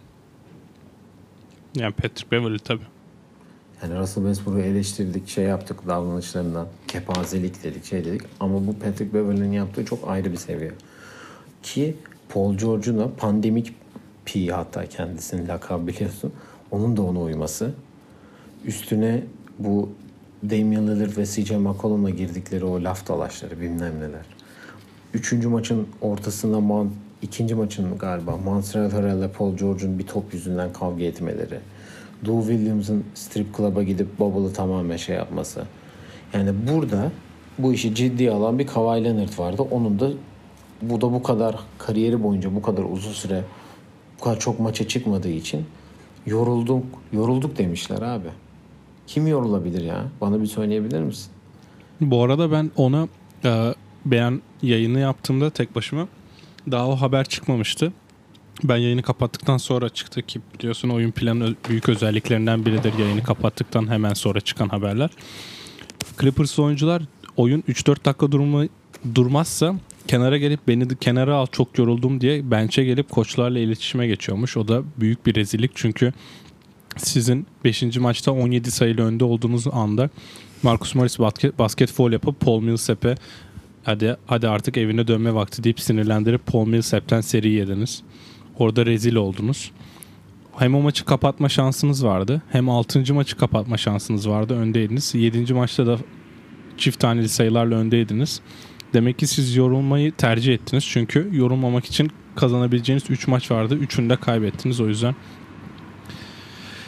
Yani Patrick Beverley tabii. Yani Russell Westbrook'u eleştirdik, şey yaptık davranışlarından, kepazelik dedik, şey dedik. Ama bu Patrick Beverley'nin yaptığı çok ayrı bir seviye. Ki Paul George'un da pandemik P hatta kendisinin lakabı biliyorsun. Onun da ona uyması. Üstüne bu Damian Lillard ve C J McCollum'la girdikleri o laf dalaşları bilmem neler. Üçüncü maçın ortasında Mount, ikinci maçın galiba Montrezl Harrell ile Paul George'un bir top yüzünden kavga etmeleri. Lou Williams'ın strip club'a gidip bubble'ı tamamen şey yapması. Yani burada bu işi ciddiye alan bir Kawhi Leonard vardı. Onun da bu da bu kadar kariyeri boyunca bu kadar uzun süre bu kadar çok maça çıkmadığı için yorulduk, yorulduk demişler abi. Kim yorulabilir ya? Bana bir söyleyebilir misin? Bu arada ben ona e, beğen yayını yaptığımda tek başıma daha o haber çıkmamıştı. Ben yayını kapattıktan sonra çıktı ki biliyorsun oyun planı büyük özelliklerinden biridir yayını kapattıktan hemen sonra çıkan haberler. Clippers oyuncular oyun üç dört dakika durma, durmazsa kenara gelip beni de kenara al çok yoruldum diye bench'e gelip koçlarla iletişime geçiyormuş. O da büyük bir rezillik çünkü sizin beşinci maçta on yedi sayılı önde olduğunuz anda Marcus Morris basket, basket foul yapıp Paul Millsap'e hadi, hadi artık evine dönme vakti deyip sinirlendirip Paul Millsap'ten seri yediniz. Orada rezil oldunuz. Hem o maçı kapatma şansınız vardı. Hem altıncı maçı kapatma şansınız vardı. Öndeydiniz. yedinci maçta da çift taneli sayılarla öndeydiniz. Demek ki siz yorulmayı tercih ettiniz. Çünkü yorulmamak için kazanabileceğiniz üç maç vardı. Üçünü de kaybettiniz. O yüzden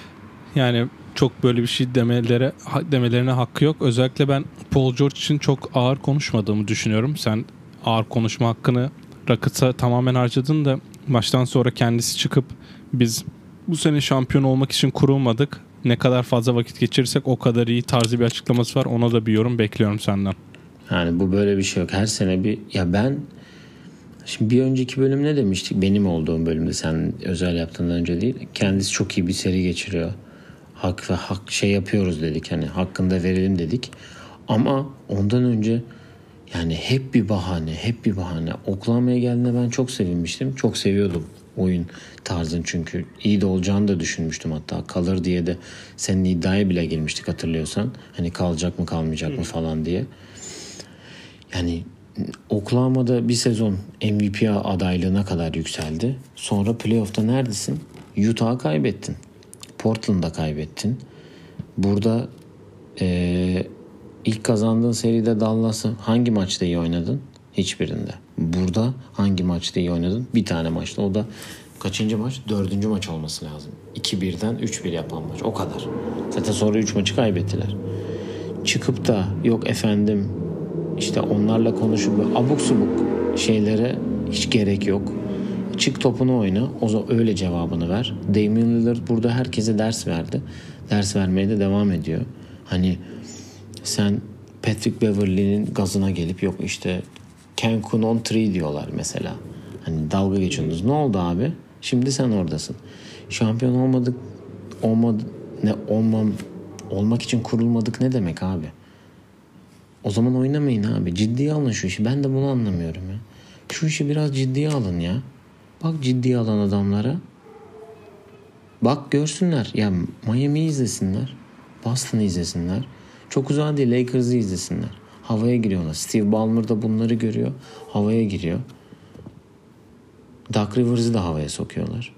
Yani çok böyle bir şey demelere demelerine hakkı yok. Özellikle ben Paul George için çok ağır konuşmadığımı düşünüyorum. Sen ağır konuşma hakkını Rockets'a tamamen harcadın da maçtan sonra kendisi çıkıp biz bu sene şampiyon olmak için kurulmadık. Ne kadar fazla vakit geçirirsek o kadar iyi tarzı bir açıklaması var. Ona da bir yorum bekliyorum senden. Yani bu böyle bir şey yok. Her sene bir ya ben şimdi bir önceki bölüm ne demiştik? Benim olduğum bölümde sen özel yaptığından önce değil. Kendisi çok iyi bir seri geçiriyor. Hak ve hak şey yapıyoruz dedik. Hani hakkında verelim dedik. Ama ondan önce yani hep bir bahane, hep bir bahane. Oklahoma'ya geldiğinde ben çok sevinmiştim. Çok seviyordum oyun tarzın çünkü. iyi de olacağını da düşünmüştüm hatta. Kalır diye de senin iddiaya bile girmiştik hatırlıyorsan. Hani kalacak mı kalmayacak mı falan diye. Yani Oklahoma'da bir sezon M V P adaylığına kadar yükseldi. Sonra playoff'ta neredesin? Utah'a kaybettin. Portland'a kaybettin. Burada ee, ilk kazandığın seride Dallas'ı hangi maçta iyi oynadın? Hiçbirinde. Burada hangi maçta iyi oynadın? Bir tane maçta. O da kaçıncı maç? Dördüncü maç olması lazım. iki birden üç bir yapan maç. O kadar. Zaten sonra üç maçı kaybettiler. Çıkıp da yok efendim işte onlarla konuşup abuk subuk şeylere hiç gerek yok. Çık topunu oyna. O zaman öyle cevabını ver. Damian Lillard burada herkese ders verdi. Ders vermeye de devam ediyor. Hani sen Patrick Beverley'nin gazına gelip yok işte Cancun on three diyorlar mesela. Hani dalga geçiyorsunuz. Ne oldu abi? Şimdi sen oradasın. Şampiyon olmadık olmadı ne olmam olmak için kurulmadık ne demek abi? O zaman oynamayın abi. Ciddiye alın şu işi. Ben de bunu anlamıyorum ya. Şu işi biraz ciddiye alın ya. Bak ciddiye alan adamlara. Bak görsünler. Ya Miami'yi izlesinler. Boston'ı izlesinler. Çok uzak değil. Lakers'ı izlesinler. Havaya giriyorlar. Steve Ballmer da bunları görüyor. Havaya giriyor. Doc Rivers'ı da havaya sokuyorlar.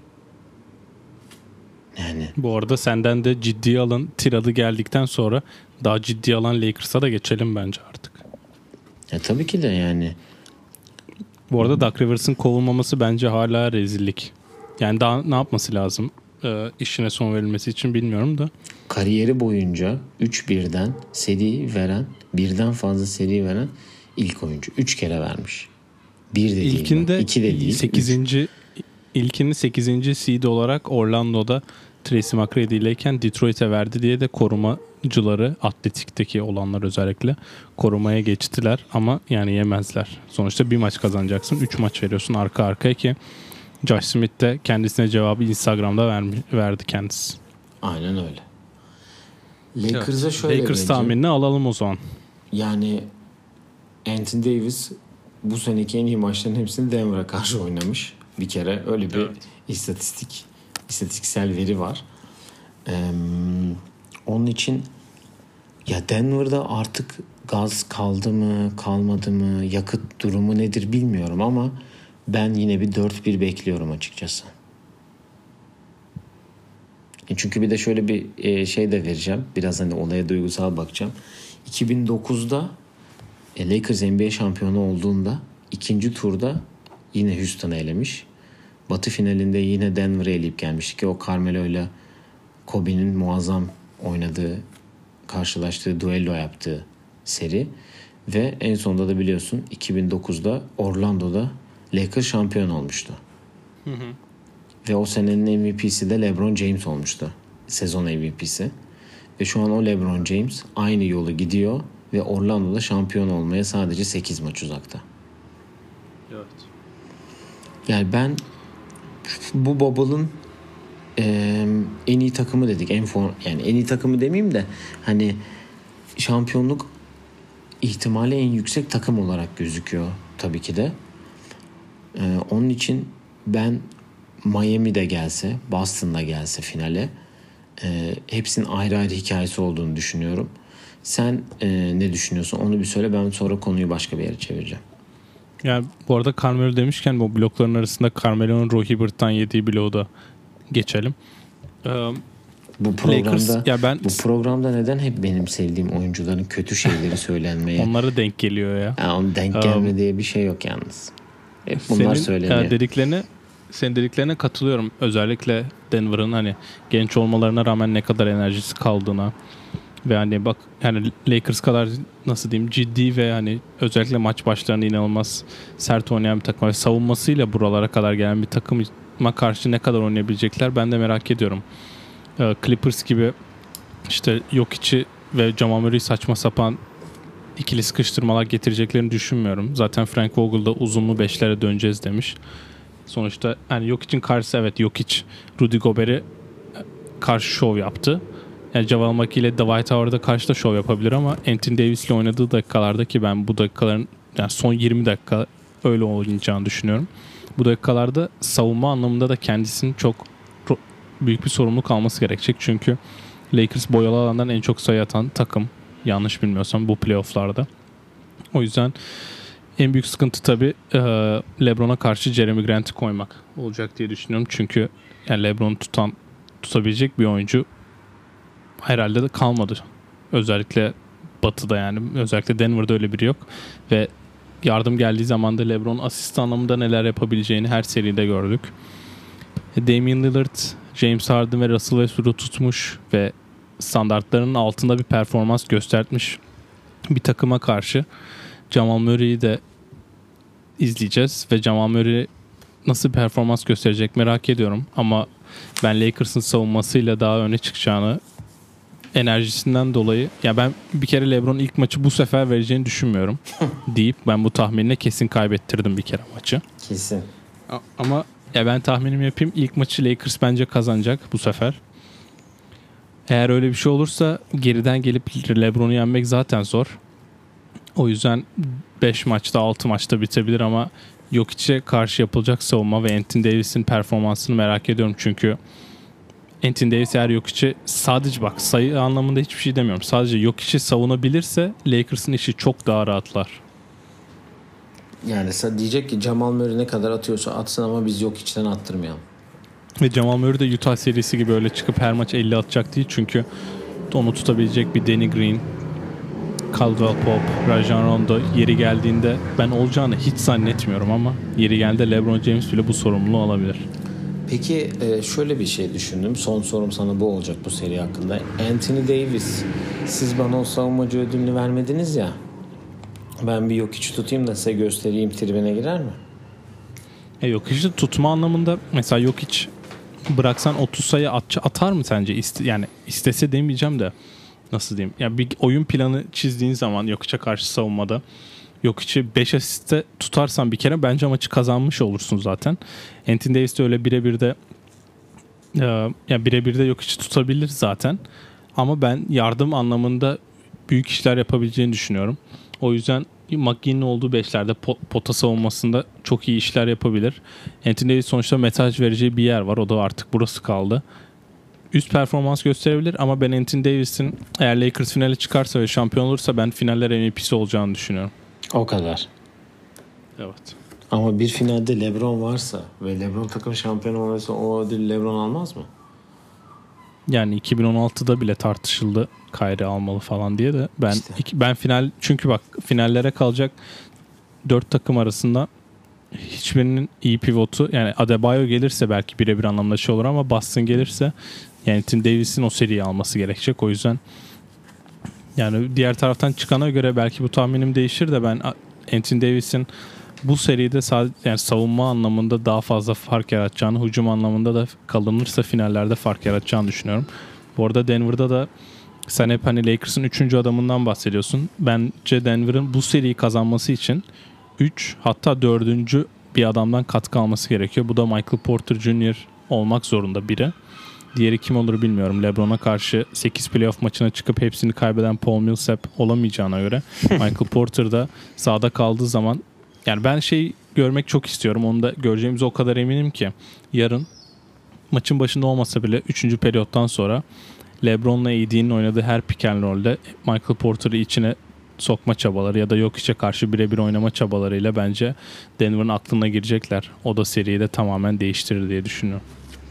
Yani. Bu arada senden de ciddiye alın tiradı geldikten sonra daha ciddiye alan Lakers'a da geçelim bence artık. Ya tabii ki de yani. Bu arada Doc Rivers'ın kovulmaması bence hala rezillik. Yani daha ne yapması lazım? Ee, işine son verilmesi için bilmiyorum da. Kariyeri boyunca üç birden seri veren, birden fazla seri veren ilk oyuncu. üç kere vermiş. bir de değil. İlkinde iki de değil. sekizinci ilkini sekizinci seed olarak Orlando'da Tracy McGrady ileyken Detroit'e verdi diye de korumacıları atletikteki olanlar özellikle korumaya geçtiler ama yani yemezler. Sonuçta bir maç kazanacaksın. üç maç veriyorsun arka arkaya ki Josh Smith de kendisine cevabı Instagram'da vermi, verdi kendisi. Aynen öyle. Lakers'a evet. şöyle Lakers tahminini alalım o zaman. Yani Anthony Davis bu seneki en iyi maçların hepsini Denver'a karşı oynamış. Bir kere öyle bir evet. istatistik istatistiksel veri var. Ee, onun için ya Denver'da artık gaz kaldı mı kalmadı mı yakıt durumu nedir bilmiyorum ama ben yine bir dört bir bekliyorum açıkçası. Çünkü bir de şöyle bir şey de vereceğim. Biraz hani olaya duygusal bakacağım. iki bin dokuzda Lakers N B A şampiyonu olduğunda ikinci turda yine Houston'ı elemiş. Batı finalinde yine Denver'ı eleyip gelmişti ki o Carmelo ile Kobe'nin muazzam oynadığı, karşılaştığı, duello yaptığı seri. Ve en sonunda da biliyorsun iki bin dokuzda Orlando'da Lakers şampiyon olmuştu. Hı hı. Ve o senenin M V P'si de LeBron James olmuştu. Sezon M V P'si. Ve şu an o LeBron James aynı yolu gidiyor ve Orlando'da şampiyon olmaya sadece sekiz maç uzakta. Evet. Yani ben bu bubble'ın e, en iyi takımı dedik. En for, yani en iyi takımı demeyeyim de hani şampiyonluk ihtimali en yüksek takım olarak gözüküyor tabii ki de. E, onun için ben Miami'de gelse, Boston'da gelse finale e, hepsinin ayrı ayrı hikayesi olduğunu düşünüyorum. Sen e, ne düşünüyorsun? Onu bir söyle. Ben sonra konuyu başka bir yere çevireceğim. Yani bu arada Carmelo demişken bu blokların arasında Carmelo'nun Roy Hibbert'tan yediği bloğu da geçelim. Ee, bu programda Lakers, ya ben, bu programda neden hep benim sevdiğim oyuncuların kötü şeyleri söylenmeye onlara denk geliyor ya. Yani onun denk gelme um, diye bir şey yok yalnız. Hep bunlar söyleniyor. Senin dediklerini senin dediklerine katılıyorum. Özellikle Denver'ın hani genç olmalarına rağmen ne kadar enerjisi kaldığına ve hani bak yani Lakers kadar nasıl diyeyim ciddi ve hani özellikle maç başlarında inanılmaz sert oynayan bir takım ve savunmasıyla buralara kadar gelen bir takıma karşı ne kadar oynayabilecekler ben de merak ediyorum. Ee, Clippers gibi işte Jokic'i ve Jamal Murray'i saçma sapan ikili sıkıştırmalar getireceklerini düşünmüyorum. Zaten Frank Vogel da uzunlu beşlere döneceğiz demiş. Sonuçta yani Jokic'in karşısı evet Jokic Rudy Gobert'e karşı şov yaptı. Yani Javal Maki ile Dwight Howard'a karşı da şov yapabilir ama Anthony Davis'le oynadığı dakikalarda ki ben bu dakikaların yani son yirmi dakika öyle oynayacağını düşünüyorum. Bu dakikalarda savunma anlamında da kendisinin çok büyük bir sorumluluk alması gerekecek. Çünkü Lakers boyalı alandan en çok sayı atan takım. Yanlış bilmiyorsam bu playoff'larda. O yüzden en büyük sıkıntı tabii LeBron'a karşı Jeremy Grant'i koymak olacak diye düşünüyorum. Çünkü yani LeBron'u tutan tutabilecek bir oyuncu herhalde de kalmadı. Özellikle Batı'da yani. Özellikle Denver'da öyle biri yok. Ve yardım geldiği zaman da LeBron asist anlamında neler yapabileceğini her seride gördük. Damian Lillard, James Harden ve Russell Westbrook'u tutmuş ve standartlarının altında bir performans göstermiş bir takıma karşı Jamal Murray'i de izleyeceğiz ve Jamal Murray nasıl bir performans gösterecek merak ediyorum ama ben Lakers'ın savunmasıyla daha öne çıkacağını enerjisinden dolayı ya ben bir kere LeBron ilk maçı bu sefer vereceğini düşünmüyorum deyip ben bu tahminine kesin kaybettirdim bir kere maçı. Kesin. Ama ya ben tahminimi yapayım ilk maçı Lakers bence kazanacak bu sefer. Eğer öyle bir şey olursa geriden gelip LeBron'u yenmek zaten zor. O yüzden beş maçta altı maçta bitebilir ama Jokic'e karşı yapılacak savunma ve Anthony Davis'in performansını merak ediyorum. Çünkü Anthony Davis eğer Jokic'e sadece bak sayı anlamında hiçbir şey demiyorum. Sadece Jokic'i savunabilirse Lakers'ın işi çok daha rahatlar. Yani diyecek ki Jamal Murray ne kadar atıyorsa atsın ama biz Jokic'ten attırmayalım. Ve Jamal Murray de Utah serisi gibi öyle çıkıp her maç elli atacak değil. Çünkü onu tutabilecek bir Danny Green, Caldwell Pope, Rajon Rondo yeri geldiğinde ben olacağını hiç zannetmiyorum ama yeri geldiğinde LeBron James bile bu sorumluluğu alabilir. Peki şöyle bir şey düşündüm. Son sorum sana bu olacak bu seri hakkında. Anthony Davis, siz bana o savunmacı ödülünü vermediniz ya. Ben bir Jokic'i tutayım da size göstereyim tribine girer mi? E yok işte tutma anlamında mesela Jokic bıraksan otuz sayı at, atar mı sence? İste, yani istese demeyeceğim de nasıl diyeyim? Yani bir oyun planı çizdiğin zaman Jokic'e karşı savunmada Jokic'i beş asiste tutarsan bir kere bence maçı kazanmış olursun zaten. Anthony Davis de öyle birebir de e, yani birebir de Jokic'i tutabilir zaten. Ama ben yardım anlamında büyük işler yapabileceğini düşünüyorum. O yüzden McGee'nin olduğu beşlerde pota savunmasında çok iyi işler yapabilir. Anthony Davis sonuçta mesaj vereceği bir yer var. O da artık burası kaldı. Üst performans gösterebilir ama ben Anthony Davis'in eğer Lakers finale çıkarsa ve şampiyon olursa ben finaller M V P'si olacağını düşünüyorum. O kadar. Evet. Ama bir finalde LeBron varsa ve LeBron takım şampiyon olursa o ödülü LeBron almaz mı? Yani iki bin on altıda bile tartışıldı Kyrie almalı falan diye de ben işte. iki, ben final çünkü bak finallere kalacak dört takım arasında hiçbirinin iyi pivotu yani Adebayo gelirse belki birebir anlamda şey olur ama Boston gelirse yani Tim Davis'in o seriyi alması gerekecek. O yüzden yani diğer taraftan çıkana göre belki bu tahminim değişir de ben Anthony Davis'in bu seride sadece yani savunma anlamında daha fazla fark yaratacağını, hücum anlamında da kalınırsa finallerde fark yaratacağını düşünüyorum. Bu arada Denver'da da sen hep hani Lakers'ın üçüncü adamından bahsediyorsun. Bence Denver'ın bu seriyi kazanması için üç hatta dördüncü bir adamdan katkı alması gerekiyor. Bu da Michael Porter Junior olmak zorunda biri. Diğeri kim olur bilmiyorum. LeBron'a karşı sekiz playoff maçına çıkıp hepsini kaybeden Paul Millsap olamayacağına göre Michael Porter da sahada kaldığı zaman yani ben şey görmek çok istiyorum. Onu da göreceğimize o kadar eminim ki yarın maçın başında olmasa bile üçüncü periyottan sonra LeBron'la A D'nin oynadığı her pick and roll'de Michael Porter'ı içine sokma çabaları ya da Jokic'e karşı birebir oynama çabalarıyla bence Denver'ın aklına girecekler. O da seriyi de tamamen değiştirir diye düşünüyorum.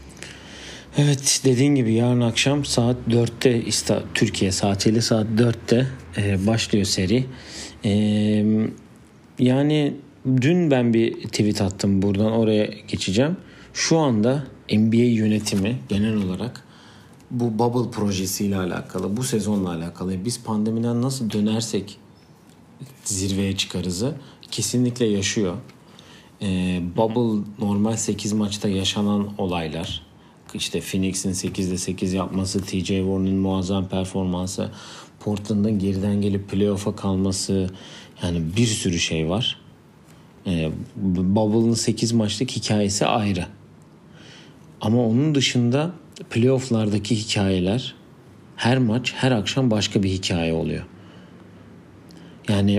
Evet, dediğin gibi yarın akşam saat dörtte Türkiye saatiyle saat dörtte e, başlıyor seri. E, yani dün ben bir tweet attım, buradan oraya geçeceğim. Şu anda N B A yönetimi genel olarak bu bubble projesiyle alakalı, bu sezonla alakalı, biz pandemiden nasıl dönersek zirveye çıkarızı kesinlikle yaşıyor. Ee, bubble normal sekiz maçta yaşanan olaylar. İşte Phoenix'in sekizde sekiz yapması, T J Warren'ın muazzam performansı, Portland'ın geriden gelip playoff'a kalması, yani bir sürü şey var. Ee, Bubble'ın sekiz maçlık hikayesi ayrı. Ama onun dışında playoff'lardaki hikayeler, her maç, her akşam başka bir hikaye oluyor. Yani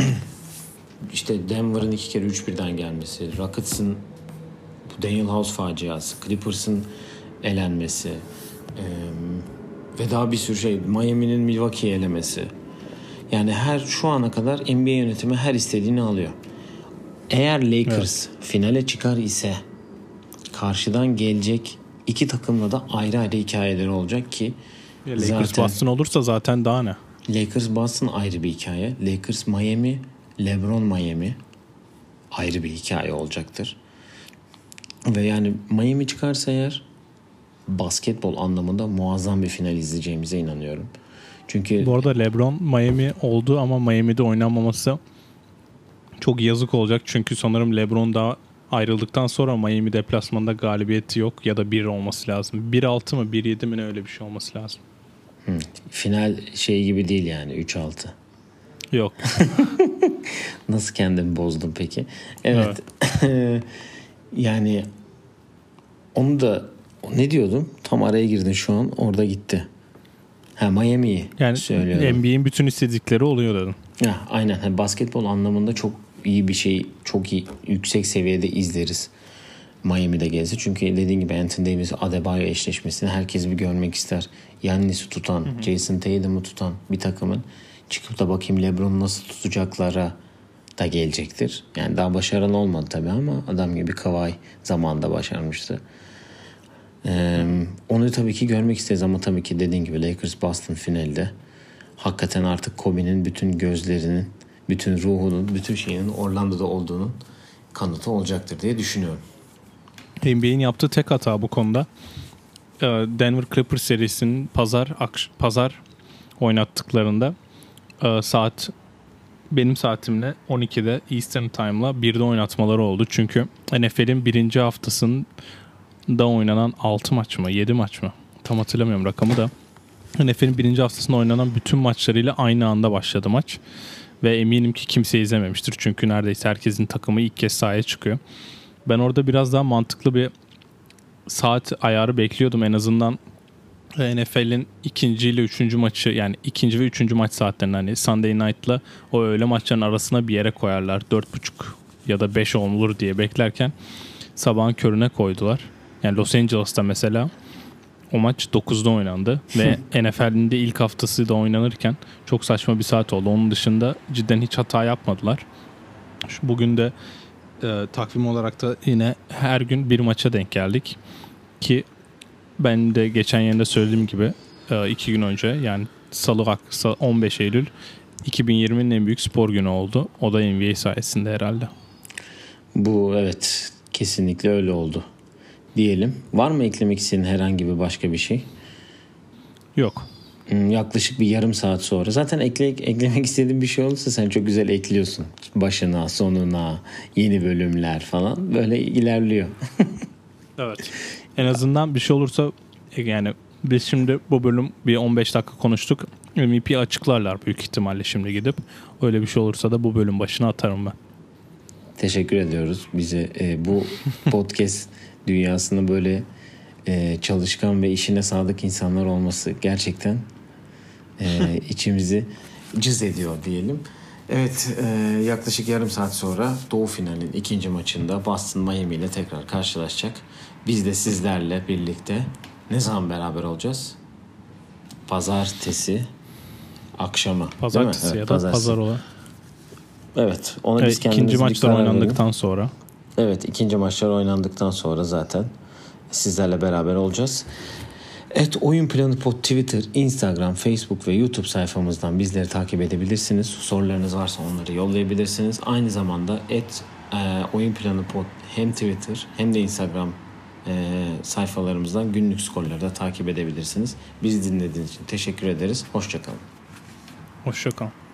işte Denver'ın iki kere üç birden gelmesi, Rockets'ın bu Daniel House faciası, Clippers'ın elenmesi ee, ve daha bir sürü şey, Miami'nin Milwaukee'yi elemesi. Yani her şu ana kadar N B A yönetimi her istediğini alıyor. Eğer Lakers evet. finale çıkar ise karşıdan gelecek iki takımla da ayrı ayrı hikayeleri olacak ki ya Lakers zaten, Boston olursa zaten daha ne? Lakers Boston ayrı bir hikaye. Lakers Miami, LeBron Miami ayrı bir hikaye olacaktır. Ve yani Miami çıkarsa eğer basketbol anlamında muazzam bir final izleyeceğimize inanıyorum. Çünkü bu arada LeBron Miami oldu ama Miami'de oynanmaması çok yazık olacak. Çünkü sanırım LeBron daha ayrıldıktan sonra Miami deplasmanda galibiyeti yok ya da bir olması lazım. bir altı mı bir yedi mi ne, öyle bir şey olması lazım. Hmm. Final şey gibi değil yani üç altı. Yok. Nasıl kendimi bozdum peki? Evet. evet. Yani onu da ne diyordum? Tam araya girdin şu an. Orada gitti. Ha, Miami'yi yani söylüyorum. N B A'in bütün istedikleri oluyor dedim. Ya aynen. Yani basketbol anlamında çok iyi bir şey, çok iyi, yüksek seviyede izleriz. Miami'de gezdi. Çünkü dediğin gibi Anthony Davis Adebayo eşleşmesini herkes bir görmek ister. Yannis'i tutan, hı hı. Jason Tatum'u tutan bir takımın çıkıp da bakayım LeBron'u nasıl tutacaklara da gelecektir. Yani daha başarılı olmadı tabii ama adam gibi Kawhi zamanında başarmıştı. Ee, onu tabii ki görmek isteriz ama tabii ki dediğin gibi Lakers Boston finalde hakikaten artık Kobe'nin bütün gözlerinin, bütün ruhunun, bütün şeyinin Orlando'da olduğunun kanıtı olacaktır diye düşünüyorum. N B A'in yaptığı tek hata bu konuda Denver Clippers serisinin pazar pazar oynattıklarında saat benim saatimle on ikide Eastern Time'la birde oynatmaları oldu. Çünkü N F L'in birinci haftasında oynanan altı maç mı yedi maç mı tam hatırlamıyorum rakamı da, N F L'in birinci haftasında oynanan bütün maçlarıyla aynı anda başladı maç. Ve eminim ki kimse izlememiştir. Çünkü neredeyse herkesin takımı ilk kez sahaya çıkıyor. Ben orada biraz daha mantıklı bir saat ayarı bekliyordum. En azından N F L'in ikinci ile üçüncü maçı, yani ikinci ve üçüncü maç saatlerini hani Sunday Night'la o öğle maçların arasına bir yere koyarlar. Dört buçuk ya da beş olur diye beklerken sabahın körüne koydular. Yani Los Angeles'ta mesela o maç dokuzda oynandı ve N F L'in de ilk haftası da oynanırken çok saçma bir saat oldu. Onun dışında cidden hiç hata yapmadılar. Şu bugün de e, takvim olarak da yine her gün bir maça denk geldik. Ki ben de geçen yerinde söylediğim gibi e, iki gün önce, yani Salı on beş Eylül iki bin yirminin en büyük spor günü oldu. O da N B A sayesinde herhalde. Bu evet, kesinlikle öyle oldu diyelim. Var mı eklemek istediğin herhangi bir başka bir şey? Yok. Yaklaşık bir yarım saat sonra. Zaten ekle, eklemek istediğin bir şey olursa sen çok güzel ekliyorsun. Başına, sonuna, yeni bölümler falan böyle ilerliyor. Evet. En azından bir şey olursa, yani biz şimdi bu bölüm bir on beş dakika konuştuk. M V P açıklarlar büyük ihtimalle şimdi gidip. Öyle bir şey olursa da bu bölüm başına atarım ben. Teşekkür ediyoruz. Bize e, bu podcast dünyasında böyle e, çalışkan ve işine sadık insanlar olması gerçekten e, içimizi cız ediyor diyelim. Evet, e, yaklaşık yarım saat sonra Doğu finalinin ikinci maçında Boston Miami ile tekrar karşılaşacak. Biz de sizlerle birlikte ne zaman beraber olacağız? Pazartesi akşamı. Pazartesi evet, ya da pazartesi. Pazar olan. Evet. Ona evet biz kendimiz ikinci maçlar oynandıktan verelim. sonra. Evet, ikinci maçlar oynandıktan sonra zaten sizlerle beraber olacağız. Evet, Oyun Planı Pod Twitter, Instagram, Facebook ve YouTube sayfamızdan bizleri takip edebilirsiniz. Sorularınız varsa onları yollayabilirsiniz. Aynı zamanda et e, Oyun Planı Pod hem Twitter hem de Instagram e, sayfalarımızdan günlük skorları da takip edebilirsiniz. Bizi dinlediğiniz için teşekkür ederiz. Hoşça kalın. Hoşça kalın.